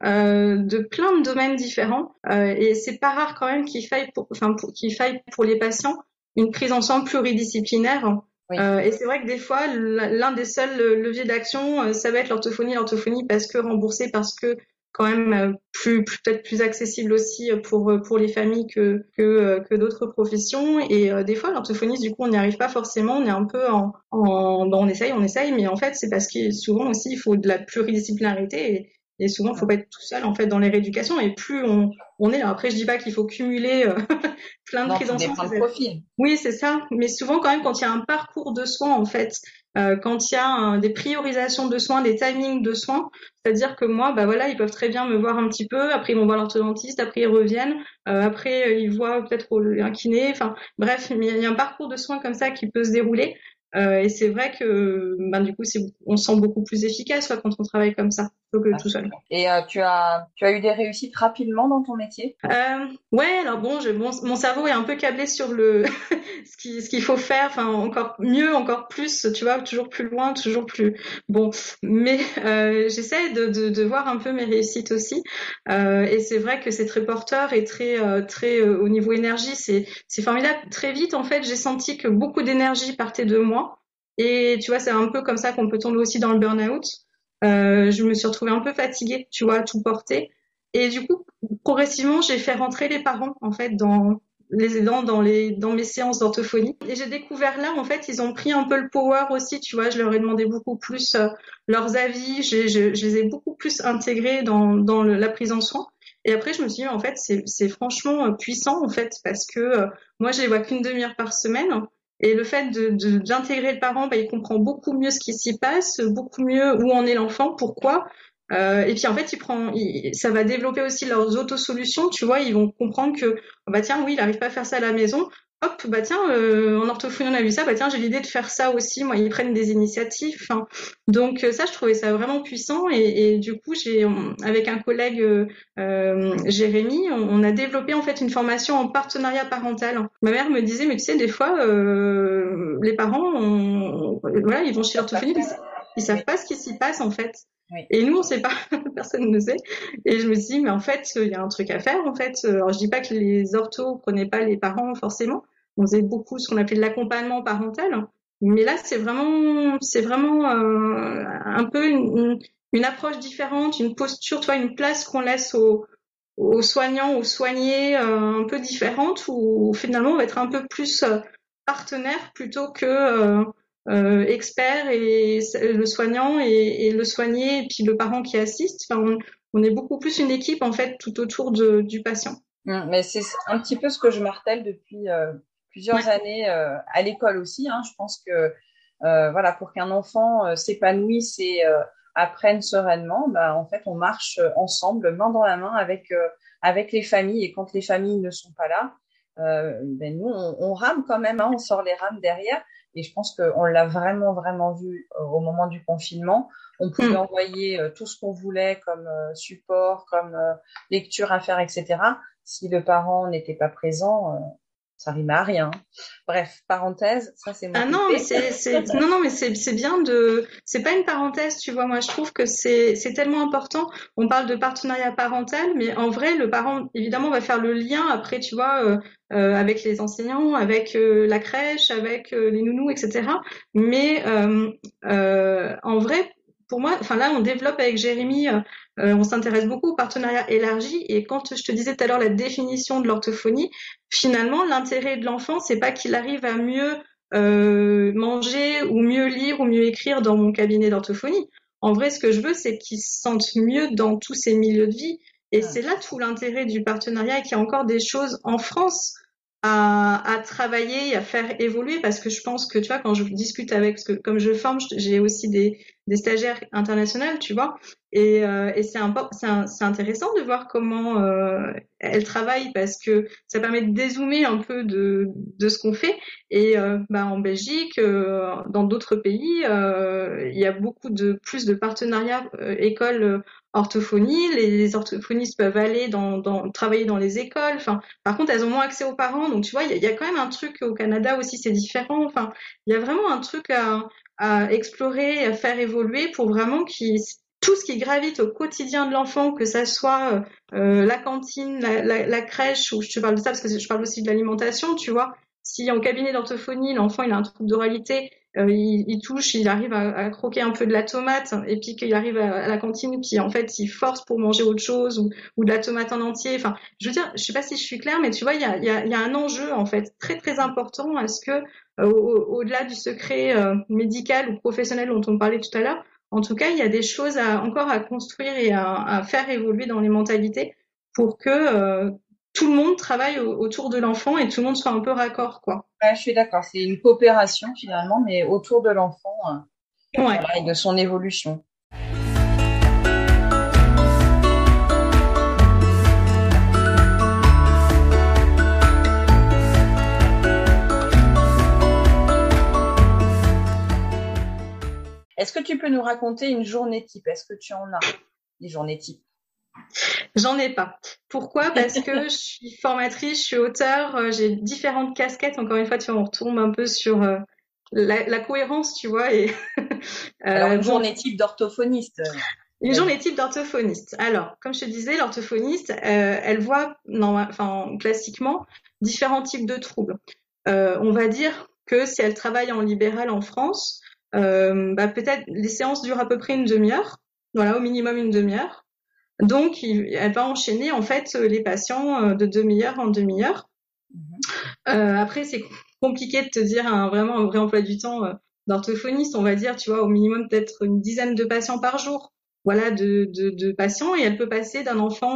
de plein de domaines différents et c'est pas rare quand même qu'il faille qu'il faille pour les patients une prise en soin pluridisciplinaire. Oui. Et c'est vrai que des fois, l'un des seuls leviers d'action, ça va être l'orthophonie parce que remboursée, parce que quand même peut-être plus accessible aussi pour les familles que d'autres professions. Et des fois, l'orthophoniste, du coup, on n'y arrive pas forcément. On est un peu bon, on essaye, mais en fait, c'est parce que souvent aussi, il faut de la pluridisciplinarité. Et souvent, il faut pas être tout seul en fait dans les rééducations. Et plus on est là. Après, je dis pas qu'il faut cumuler plein de prises en soins. Oui, c'est ça. Mais souvent, quand même, quand il y a un parcours de soins, en fait, quand il y a des priorisations de soins, des timings de soins, c'est-à-dire que moi, bah voilà, ils peuvent très bien me voir un petit peu. Après, ils vont voir l'orthodontiste. Après, ils reviennent. Après, ils voient peut-être un kiné. Enfin, bref, mais il y a un parcours de soins comme ça qui peut se dérouler. Et c'est vrai que, ben, du coup, on se sent beaucoup plus efficace quand on travaille comme ça, plutôt que tout seul. Et tu as eu des réussites rapidement dans ton métier? Ouais, alors bon, mon cerveau est un peu câblé sur ce qu'il faut faire, enfin encore mieux, encore plus, tu vois, toujours plus loin, toujours plus bon. Mais j'essaie de voir un peu mes réussites aussi. Et c'est vrai que c'est très porteur et très au niveau énergie, c'est formidable. Très vite, en fait, j'ai senti que beaucoup d'énergie partait de moi. Et tu vois, c'est un peu comme ça qu'on peut tomber aussi dans le burn-out. Je me suis retrouvée un peu fatiguée, tu vois, à tout porter. Et du coup, progressivement, j'ai fait rentrer les parents, en fait, dans les aidants, dans mes séances d'orthophonie. Et j'ai découvert là, en fait, ils ont pris un peu le power aussi, tu vois, je leur ai demandé beaucoup plus leurs avis, je les ai beaucoup plus intégrés dans la prise en soin. Et après, je me suis dit, en fait, c'est franchement puissant, en fait, parce que moi, je les vois qu'une demi-heure par semaine. Et le fait d'intégrer le parent, bah, il comprend beaucoup mieux ce qui s'y passe, beaucoup mieux où en est l'enfant, pourquoi. Et puis en fait, ça va développer aussi leurs autosolutions, tu vois. Ils vont comprendre que, bah tiens, oui, il arrive pas à faire ça à la maison. Hop, bah tiens, en orthophonie on a vu ça. Bah tiens, j'ai l'idée de faire ça aussi. Moi, ils prennent des initiatives. Hein. Donc ça, je trouvais ça vraiment puissant. Et du coup, avec un collègue Jérémy, on a développé en fait une formation en partenariat parental. Ma mère me disait, mais tu sais, des fois, les parents, voilà, ils vont chez l'orthophoniste, ils savent pas ce qui s'y passe en fait. Oui. Et nous, on sait pas, personne ne sait. Et je me suis dit, mais en fait, il y a un truc à faire, en fait. Alors, je dis pas que les orthos prenaient pas les parents, forcément. On faisait beaucoup ce qu'on appelait de l'accompagnement parental. Mais là, c'est vraiment un peu une approche différente, une posture, tu vois, une place qu'on laisse aux soignants, aux soignés, un peu différente, où finalement, on va être un peu plus partenaire plutôt que expert et le soignant et le soigné et puis le parent qui assiste. Enfin, on est beaucoup plus une équipe en fait tout autour du patient. Mais c'est un petit peu ce que je martèle depuis plusieurs années à l'école aussi. Hein. Je pense que voilà, pour qu'un enfant s'épanouisse et apprenne sereinement, bah, en fait, on marche ensemble, main dans la main avec les familles. Et quand les familles ne sont pas là, ben nous, on rame quand même, hein, on sort les rames derrière. Et je pense qu'on l'a vraiment, vraiment vu au moment du confinement. On pouvait envoyer tout ce qu'on voulait comme support, comme lecture à faire, etc. Si le parent n'était pas présent, ça rime à rien. Bref, parenthèse, ça c'est mon non, mais c'est bien c'est pas une parenthèse, tu vois. Moi, je trouve que c'est tellement important. On parle de partenariat parental, mais en vrai, le parent, évidemment, va faire le lien après, tu vois, avec les enseignants, avec la crèche, avec les nounous, etc. Mais en vrai, pour moi, enfin là, on développe avec Jérémy, on s'intéresse beaucoup au partenariat élargi. Et quand je te disais tout à l'heure la définition de l'orthophonie, finalement, l'intérêt de l'enfant, c'est pas qu'il arrive à mieux manger ou mieux lire ou mieux écrire dans mon cabinet d'orthophonie. En vrai, ce que je veux, c'est qu'il se sente mieux dans tous ces milieux de vie. Et c'est là tout l'intérêt du partenariat et qu'il y a encore des choses en France à travailler et à faire évoluer parce que je pense que, tu vois, quand je discute avec, parce que comme je forme, j'ai aussi des stagiaires internationales, tu vois, et c'est intéressant de voir comment elles travaillent parce que ça permet de dézoomer un peu de ce qu'on fait. Et bah, en Belgique, dans d'autres pays, il y a beaucoup plus de partenariats écoles orthophonie. Les orthophonistes peuvent aller travailler dans les écoles. Enfin, par contre, elles ont moins accès aux parents. Donc, tu vois, il y a quand même un truc au Canada aussi, c'est différent. Enfin, il y a vraiment un truc à explorer, à faire évoluer pour vraiment tout ce qui gravite au quotidien de l'enfant, que ça soit la cantine, la crèche, ou je te parle de ça parce que je parle aussi de l'alimentation, tu vois. Si en cabinet d'orthophonie, l'enfant il a un trouble d'oralité, il touche, il arrive à croquer un peu de la tomate, et puis qu'il arrive à la cantine, puis en fait il force pour manger autre chose ou de la tomate en entier. Enfin, je veux dire, je sais pas si je suis claire, mais tu vois, il y a un enjeu en fait très très important à ce que au-delà du secret médical ou professionnel dont on parlait tout à l'heure, en tout cas, il y a des choses encore à construire et à faire évoluer dans les mentalités pour que tout le monde travaille autour de l'enfant et tout le monde soit un peu raccord, quoi. Ouais, je suis d'accord. C'est une coopération finalement, mais autour de l'enfant voilà, et de son évolution. Est-ce que tu peux nous raconter une journée type? Est-ce que tu en as des journées types? J'en ai pas. Pourquoi? Parce que je suis formatrice, je suis auteure, j'ai différentes casquettes. Encore une fois, tu vois, on retombe un peu sur la cohérence, tu vois. Et alors, une journée type d'orthophoniste. Une journée type d'orthophoniste. Alors, comme je te disais, l'orthophoniste, elle voit, classiquement, différents types de troubles. On va dire que si elle travaille en libéral en France, peut-être les séances durent à peu près une demi-heure, voilà, au minimum une demi-heure. Donc, elle va enchaîner en fait les patients de demi-heure en demi-heure. Après, c'est compliqué de te dire vraiment un vrai emploi du temps d'orthophoniste. On va dire, tu vois, au minimum peut-être une dizaine de patients par jour. Voilà, de patients, et elle peut passer d'un enfant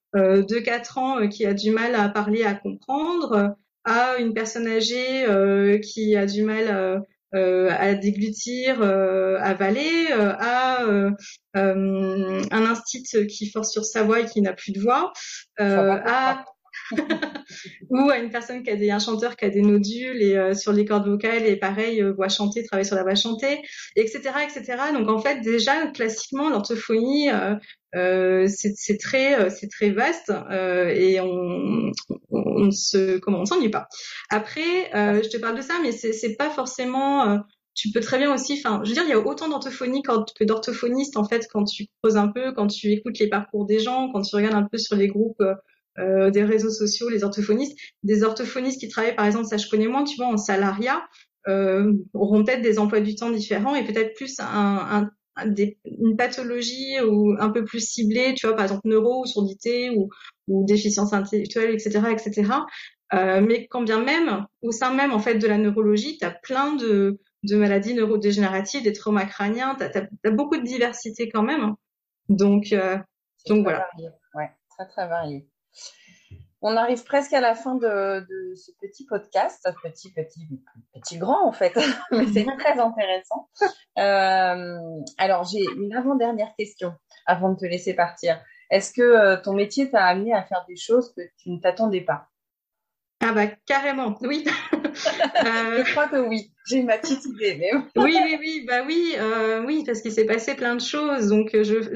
de 4 ans qui a du mal à parler, à comprendre, à une personne âgée qui a du mal à déglutir, avaler, à un instit qui force sur sa voix et qui n'a plus de voix, à ou à une personne un chanteur qui a des nodules et sur les cordes vocales et pareil, voix chantée, travaille sur la voix chantée, etc., etc. Donc en fait déjà classiquement l'orthophonie c'est très vaste et on s'ennuie pas. Après je te parle de ça, mais c'est pas forcément tu peux très bien aussi, enfin, je veux dire, il y a autant d'orthophonie que d'orthophonistes en fait quand tu creuses un peu, quand tu écoutes les parcours des gens, quand tu regardes un peu sur les groupes des réseaux sociaux, les orthophonistes, des orthophonistes qui travaillent par exemple, ça je connais moins, tu vois, en salariat, auront peut-être des emplois du temps différents et peut-être plus une pathologie ou un peu plus ciblée, tu vois, par exemple neuro ou surdité ou déficience intellectuelle, etc., etc. Mais quand bien même, au sein même en fait de la neurologie, tu as plein de maladies neurodégénératives, des traumas crâniens, t'as beaucoup de diversité quand même. Donc voilà. Varié. Ouais, très très varié. On arrive presque à la fin de ce petit podcast, petit grand en fait, mais c'est très intéressant. Alors j'ai une avant-dernière question avant de te laisser partir. Est-ce que ton métier t'a amené à faire des choses que tu ne t'attendais pas? Ah bah carrément, oui. Je crois que oui, j'ai ma petite idée. Mais... oui, parce qu'il s'est passé plein de choses. Donc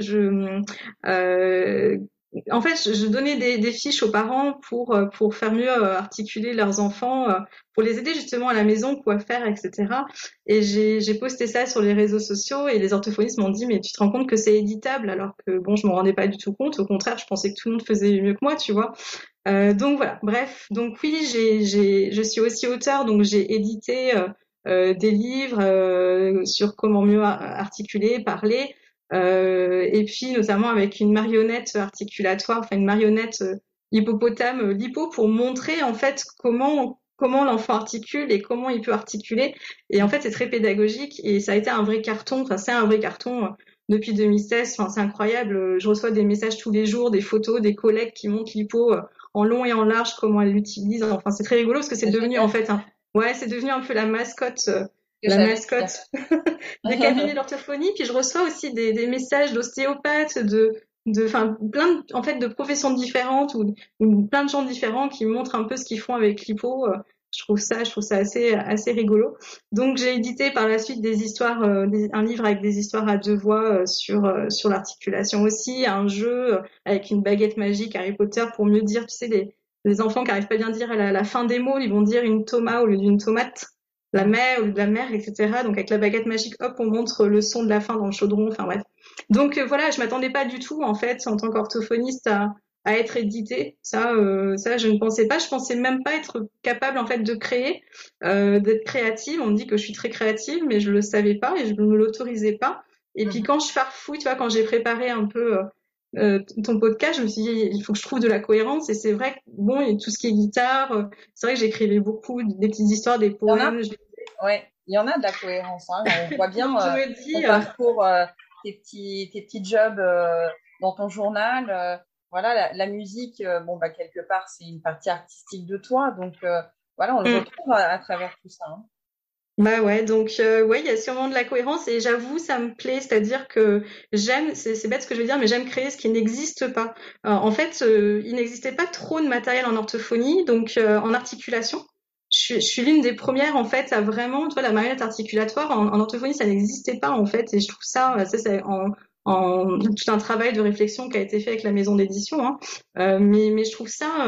en fait, je donnais des fiches aux parents pour faire mieux articuler leurs enfants, pour les aider justement à la maison, quoi faire, etc. Et j'ai posté ça sur les réseaux sociaux et les orthophonistes m'ont dit mais tu te rends compte que c'est éditable alors que bon, je m'en rendais pas du tout compte. Au contraire, je pensais que tout le monde faisait mieux que moi, tu vois. Donc voilà, bref, donc oui, je suis aussi auteure, donc j'ai édité des livres sur comment mieux articuler, parler, et puis notamment avec une marionnette articulatoire, enfin une marionnette hippopotame, l'hippo, pour montrer en fait comment l'enfant articule et comment il peut articuler. Et en fait, c'est très pédagogique et ça a été un vrai carton, enfin c'est un vrai carton. Depuis 2016, enfin c'est incroyable. Je reçois des messages tous les jours, des photos, des collègues qui montrent l'hippo en long et en large, comment elle l'utilise. Enfin, c'est très rigolo parce que c'est devenu en fait c'est devenu un peu la mascotte des cabinets d'orthophonie. Puis je reçois aussi des messages d'ostéopathes, enfin plein en fait de professions différentes ou plein de gens différents qui montrent un peu ce qu'ils font avec l'hypo. Je trouve ça assez rigolo. Donc j'ai édité par la suite des histoires, un livre avec des histoires à 2 voix sur l'articulation aussi, un jeu avec une baguette magique Harry Potter pour mieux dire, tu sais, les enfants qui arrivent pas bien à dire la fin des mots, ils vont dire une toma au lieu d'une tomate, la mer au lieu de la mer, etc. Donc avec la baguette magique, hop, on montre le son de la fin dans le chaudron. Enfin bref. Donc voilà, je m'attendais pas du tout en fait en tant qu'orthophoniste à être édité. Ça, je ne pensais pas. Je pensais même pas être capable en fait de créer, d'être créative. On me dit que je suis très créative, mais je le savais pas et je ne me l'autorisais pas. Et puis quand je farfouille, tu vois, quand j'ai préparé un peu ton podcast, je me suis dit il faut que je trouve de la cohérence. Et c'est vrai que bon, et tout ce qui est guitare, c'est vrai que j'écrivais beaucoup des petites histoires, des poèmes. Ouais, il y en a de la cohérence. Hein. On voit bien ton parcours, tes petits jobs dans ton journal. Voilà, la musique, bon bah quelque part c'est une partie artistique de toi, donc voilà, on le retrouve à travers tout ça. Hein. Bah ouais, donc il y a sûrement de la cohérence et j'avoue ça me plaît, c'est-à-dire que j'aime, c'est bête ce que je veux dire, mais j'aime créer ce qui n'existe pas. En fait, il n'existait pas trop de matériel en orthophonie, donc en articulation. Je suis l'une des premières en fait à vraiment, tu vois, la marionnette articulatoire en orthophonie ça n'existait pas en fait et je trouve ça, c'est en tout un travail de réflexion qui a été fait avec la maison d'édition, hein. Mais je trouve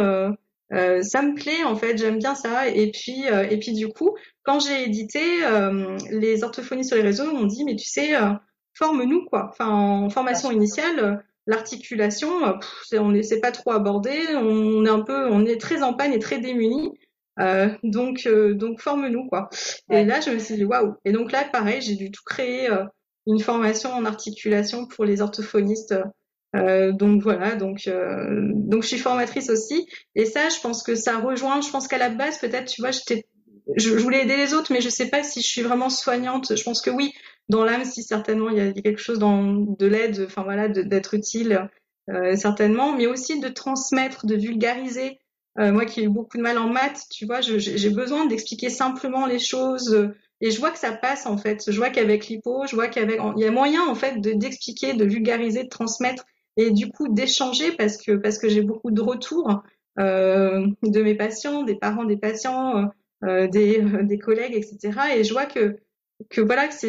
ça me plaît en fait, j'aime bien ça et puis du coup quand j'ai édité, les orthophonistes sur les réseaux m'ont dit mais tu sais forme-nous quoi. Enfin en formation initiale l'articulation on ne sait pas trop abordé, on est très en panne et très démunis. Donc forme-nous quoi. Ouais. Et là je me suis dit waouh. Et donc là pareil, j'ai dû tout créer une formation en articulation pour les orthophonistes. Donc voilà, donc je suis formatrice aussi et ça je pense que ça rejoint, je pense qu'à la base peut-être tu vois je voulais aider les autres mais je sais pas si je suis vraiment soignante, je pense que oui dans l'âme si certainement il y a quelque chose de l'aide, enfin voilà d'être utile certainement, mais aussi de transmettre, de vulgariser. Moi qui ai eu beaucoup de mal en maths, tu vois, j'ai besoin d'expliquer simplement les choses. Et je vois que ça passe en fait. Je vois qu'avec l'hypo, je vois il y a moyen en fait d'expliquer, de vulgariser, de transmettre et du coup d'échanger parce que j'ai beaucoup de retours de mes patients, des parents des patients, des collègues, etc. Et je vois que voilà que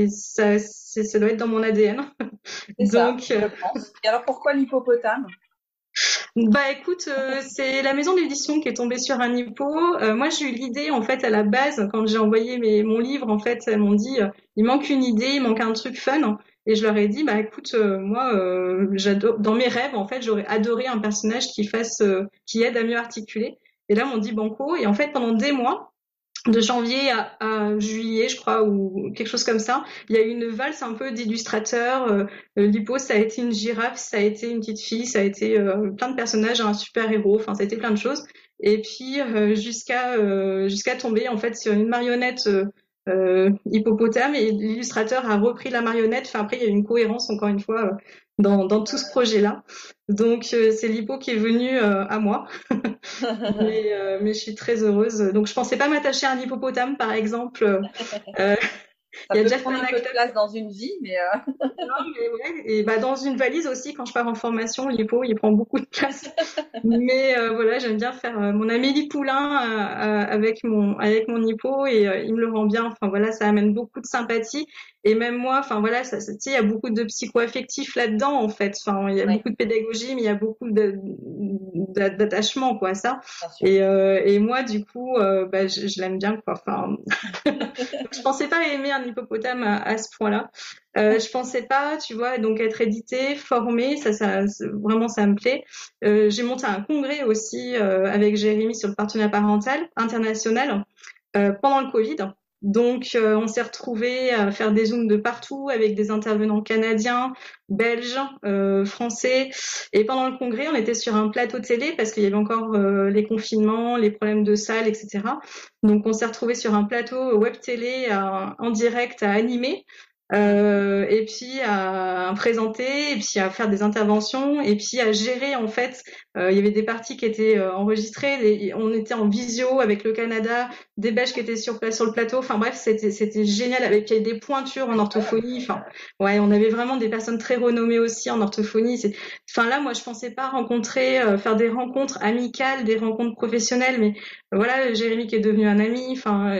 ça doit être dans mon ADN. C'est ça, Donc je pense. Et alors pourquoi l'hippopotame? bah écoute, c'est la maison d'édition qui est tombée sur un hippo. Moi, j'ai eu l'idée en fait à la base quand j'ai envoyé mon livre. En fait, elles m'ont dit il manque une idée, il manque un truc fun. Et je leur ai dit bah écoute, moi, j'adore. Dans mes rêves, en fait, j'aurais adoré un personnage qui aide à mieux articuler. Et là, on dit banco. Et en fait, pendant des mois, de janvier à juillet, je crois, ou quelque chose comme ça. Il y a eu une valse un peu d'illustrateurs. L'hippo, ça a été une girafe, ça a été une petite fille, ça a été plein de personnages, un super-héros, enfin, ça a été plein de choses. Et puis, jusqu'à tomber, en fait, sur une marionnette hippopotame, et l'illustrateur a repris la marionnette. Enfin, après, il y a eu une cohérence, encore une fois, dans tout ce projet-là. Donc, c'est l'hippo qui est venu à moi. Mais je suis très heureuse. Donc, je pensais pas m'attacher à un hippopotame, par exemple. Euh, Ça il y a peut déjà prendre fait un un peu de acteur. place dans une vie, mais Non, mais ouais. Et bah, dans une valise aussi, quand je pars en formation, l'hippo, il prend beaucoup de place. Mais voilà, j'aime bien faire mon Amélie Poulain avec mon hippo et il me le rend bien. Enfin voilà, ça amène beaucoup de sympathie. Et même moi, enfin voilà, tu sais, il y a beaucoup de psycho-affectif là-dedans en fait. Enfin, il y a oui, beaucoup de pédagogie, mais il y a beaucoup d'attachement quoi à ça. bien sûr. Et moi, du coup, bah, je l'aime bien quoi. Enfin, je pensais pas aimer un hippopotame à ce point-là. Je pensais pas, tu vois, donc être édité, formé, vraiment ça me plaît. J'ai monté un congrès aussi avec Jérémy sur le partenariat parental international pendant le Covid. Donc, on s'est retrouvés à faire des zooms de partout avec des intervenants canadiens, belges, français. Et pendant le congrès, on était sur un plateau télé parce qu'il y avait encore les confinements, les problèmes de salle, etc. Donc, on s'est retrouvés sur un plateau web télé en direct à animer. Et puis à présenter, et puis à faire des interventions, et puis à gérer en fait. Il y avait des parties qui étaient enregistrées, on était en visio avec le Canada, des Belges qui étaient sur place sur le plateau. Enfin bref, c'était génial avec des pointures en orthophonie. Enfin ouais, on avait vraiment des personnes très renommées aussi en orthophonie. Enfin là, moi je pensais pas faire des rencontres amicales, des rencontres professionnelles, mais voilà, Jérémy qui est devenu un ami. Enfin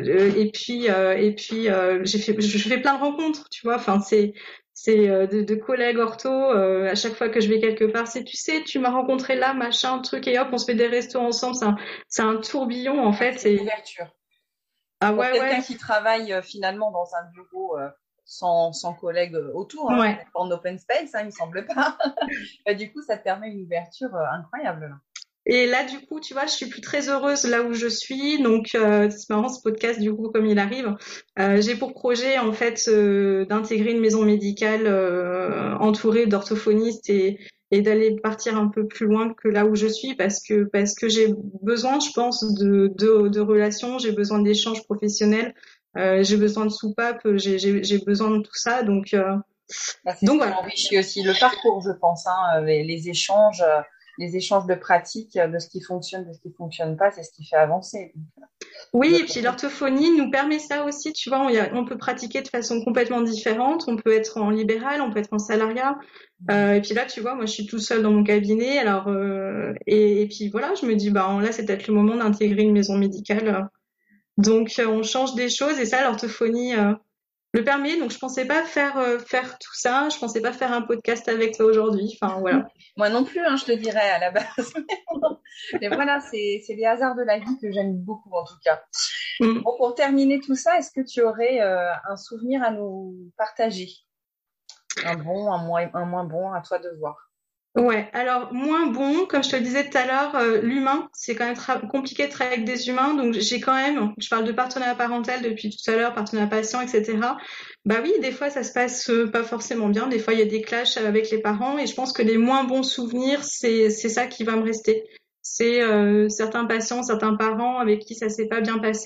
je fais plein de rencontres, tu vois. Enfin c'est de collègues ortho à chaque fois que je vais quelque part, tu sais, tu m'as rencontré là, machin, truc, et hop, on se fait des restos ensemble. C'est un tourbillon en fait. C'est une ouverture. Ah Pour ouais quelqu'un ouais qui travaille finalement dans un bureau sans collègues autour, hein, ouais. en open space, hein, il me semble pas. Bah, du coup, ça te permet une ouverture incroyable. Là. Et là, du coup, tu vois, je suis plus très heureuse là où je suis. Donc, c'est marrant ce podcast, du coup, comme il arrive. J'ai pour projet, en fait, d'intégrer une maison médicale entourée d'orthophonistes et d'aller partir un peu plus loin que là où je suis parce que j'ai besoin, je pense, de relations. J'ai besoin d'échanges professionnels. J'ai besoin de soupapes. J'ai besoin de tout ça. Donc, Bah, c'est ce donc qui voilà. enrichit aussi le parcours, je pense, hein, les échanges de pratiques, de ce qui fonctionne, de ce qui fonctionne pas, c'est ce qui fait avancer. Oui, et Donc, puis l'orthophonie nous permet ça aussi, tu vois, on peut pratiquer de façon complètement différente, on peut être en libéral, on peut être en salariat, et puis là, tu vois, moi je suis tout seule dans mon cabinet, alors et puis voilà, je me dis, bah là c'est peut-être le moment d'intégrer une maison médicale, donc on change des choses, et ça, l'orthophonie le permet, donc je pensais pas faire tout ça, je pensais pas faire un podcast avec toi aujourd'hui, enfin voilà. moi non plus, hein, je te dirais à la base. Mais voilà, c'est les hasards de la vie que j'aime beaucoup en tout cas. Mm. Bon, pour terminer tout ça, est-ce que tu aurais un souvenir à nous partager? Un bon, un moins bon, à toi de voir. Ouais, alors moins bon, comme je te le disais tout à l'heure, l'humain, c'est quand même compliqué de travailler avec des humains, donc je parle de partenariat parental depuis tout à l'heure, partenariat patient, etc. Bah oui, des fois ça se passe pas forcément bien, des fois il y a des clashs avec les parents, et je pense que les moins bons souvenirs, c'est ça qui va me rester. C'est certains patients, certains parents avec qui ça s'est pas bien passé.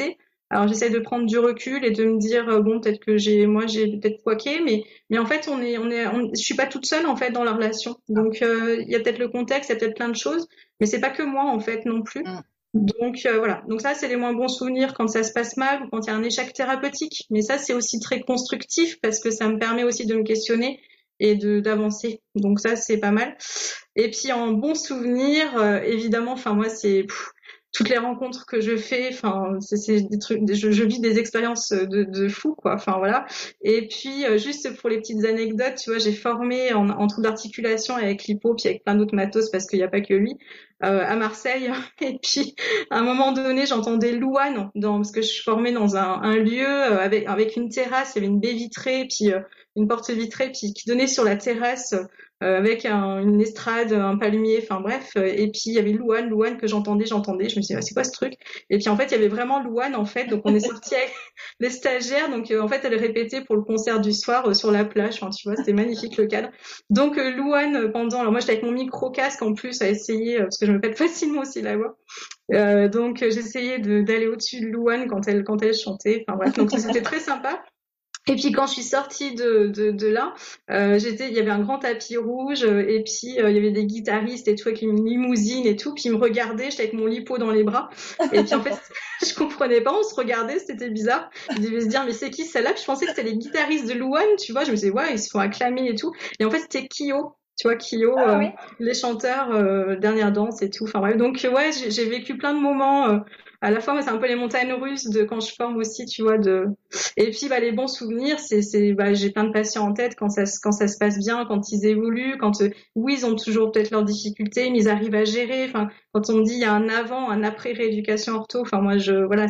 Alors j'essaie de prendre du recul et de me dire bon peut-être que j'ai peut-être poiqué, mais en fait je suis pas toute seule en fait dans la relation. Donc il y a peut-être le contexte, il y a peut-être plein de choses, mais c'est pas que moi en fait non plus. Donc voilà. Donc ça c'est les moins bons souvenirs quand ça se passe mal ou quand il y a un échec thérapeutique. Mais ça c'est aussi très constructif parce que ça me permet aussi de me questionner et d'avancer. Donc ça c'est pas mal. Et puis en bon souvenir, évidemment, enfin moi c'est toutes les rencontres que je fais, enfin c'est des trucs, je vis des expériences de fou quoi. Enfin voilà. Et puis juste pour les petites anecdotes, tu vois, j'ai formé en trouble d'articulation avec l'hypo puis avec plein d'autres matos parce qu'il n'y a pas que lui à Marseille. Et puis à un moment donné, j'entendais Louane parce que je formais dans un lieu avec une terrasse, il y avait une baie vitrée puis une porte vitrée puis qui donnait sur la terrasse. Avec une estrade, un palmier, enfin bref, et puis il y avait Louane que j'entendais, je me suis dit c'est quoi ce truc? Et puis en fait il y avait vraiment Louane en fait, donc on est sortis avec les stagiaires, donc en fait elle répétait pour le concert du soir sur la plage, enfin tu vois c'était magnifique le cadre. Donc Louane alors moi j'étais avec mon micro casque en plus à essayer parce que je me pète facilement aussi la voix. Donc j'essayais d'aller au-dessus de Louane quand elle chantait, enfin bref, donc c'était très sympa. Et puis quand je suis sortie de là, il y avait un grand tapis rouge et puis il y avait des guitaristes et tout avec une limousine et tout, puis ils me regardaient, j'étais avec mon lipo dans les bras et puis en fait je comprenais pas, on se regardait, c'était bizarre. Ils devaient se dire mais c'est qui celle-là? Puis je pensais que c'était les guitaristes de Louane, tu vois, je me disais ouais, ils se font acclamer et tout. Et en fait c'était Kyo. Tu vois, Kyo, oui. les chanteurs, dernière danse et tout. Enfin bref, donc ouais, j'ai vécu plein de moments. À la fois, moi, c'est un peu les montagnes russes de quand je forme aussi, tu vois. Et puis, les bons souvenirs, j'ai plein de patients en tête quand ça se passe bien, quand ils évoluent, quand oui, ils ont toujours peut-être leurs difficultés, mais ils arrivent à gérer. Enfin, quand on me dit il y a un avant, un après rééducation ortho. Enfin, moi, voilà,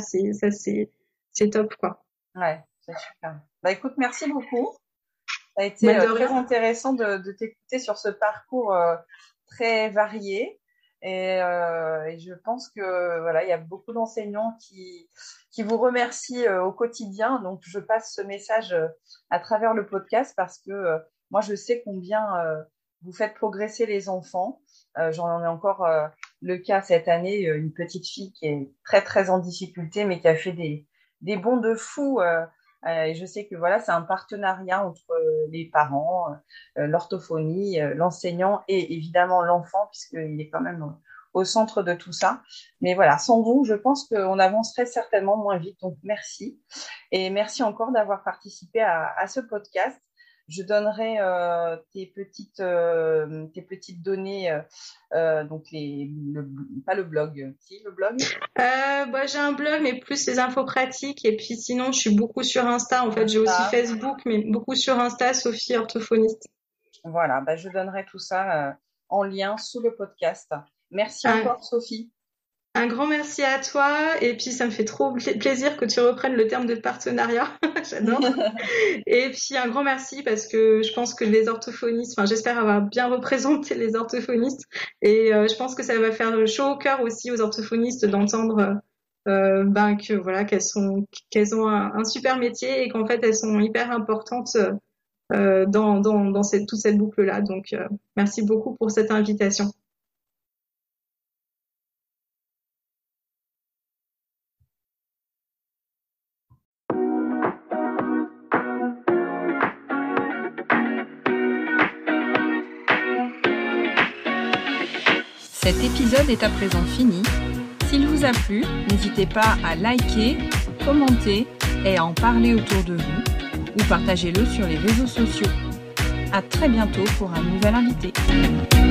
c'est top, quoi. Ouais, c'est super. Écoute, merci beaucoup. Ça a été très intéressant de t'écouter sur ce parcours très varié et je pense que voilà, il y a beaucoup d'enseignants qui vous remercient au quotidien. Donc je passe ce message à travers le podcast parce que moi je sais combien vous faites progresser les enfants. J'en ai encore le cas cette année, une petite fille qui est très très en difficulté mais qui a fait des bonds de fou. Et je sais que voilà, c'est un partenariat entre les parents, l'orthophonie, l'enseignant et évidemment l'enfant, puisqu'il est quand même au centre de tout ça. Mais voilà, sans vous, je pense qu'on avancerait certainement moins vite. Donc, merci. Et merci encore d'avoir participé à ce podcast. Je donnerai tes petites données, donc pas le blog, si le blog. J'ai un blog, mais plus les infos pratiques. Et puis sinon, je suis beaucoup sur Insta. En fait, j'ai aussi Facebook, mais beaucoup sur Insta, Sophie orthophoniste. Voilà, je donnerai tout ça en lien sous le podcast. Merci encore, Sophie. Un grand merci à toi et puis ça me fait trop plaisir que tu reprennes le terme de partenariat, j'adore. Et puis un grand merci parce que je pense que les orthophonistes, j'espère avoir bien représenté les orthophonistes et je pense que ça va faire chaud au cœur aussi aux orthophonistes d'entendre que voilà qu'elles ont un super métier et qu'en fait elles sont hyper importantes dans toute cette boucle là. Donc merci beaucoup pour cette invitation. Cet épisode est à présent fini. S'il vous a plu, n'hésitez pas à liker, commenter et à en parler autour de vous ou partagez-le sur les réseaux sociaux. À très bientôt pour un nouvel invité.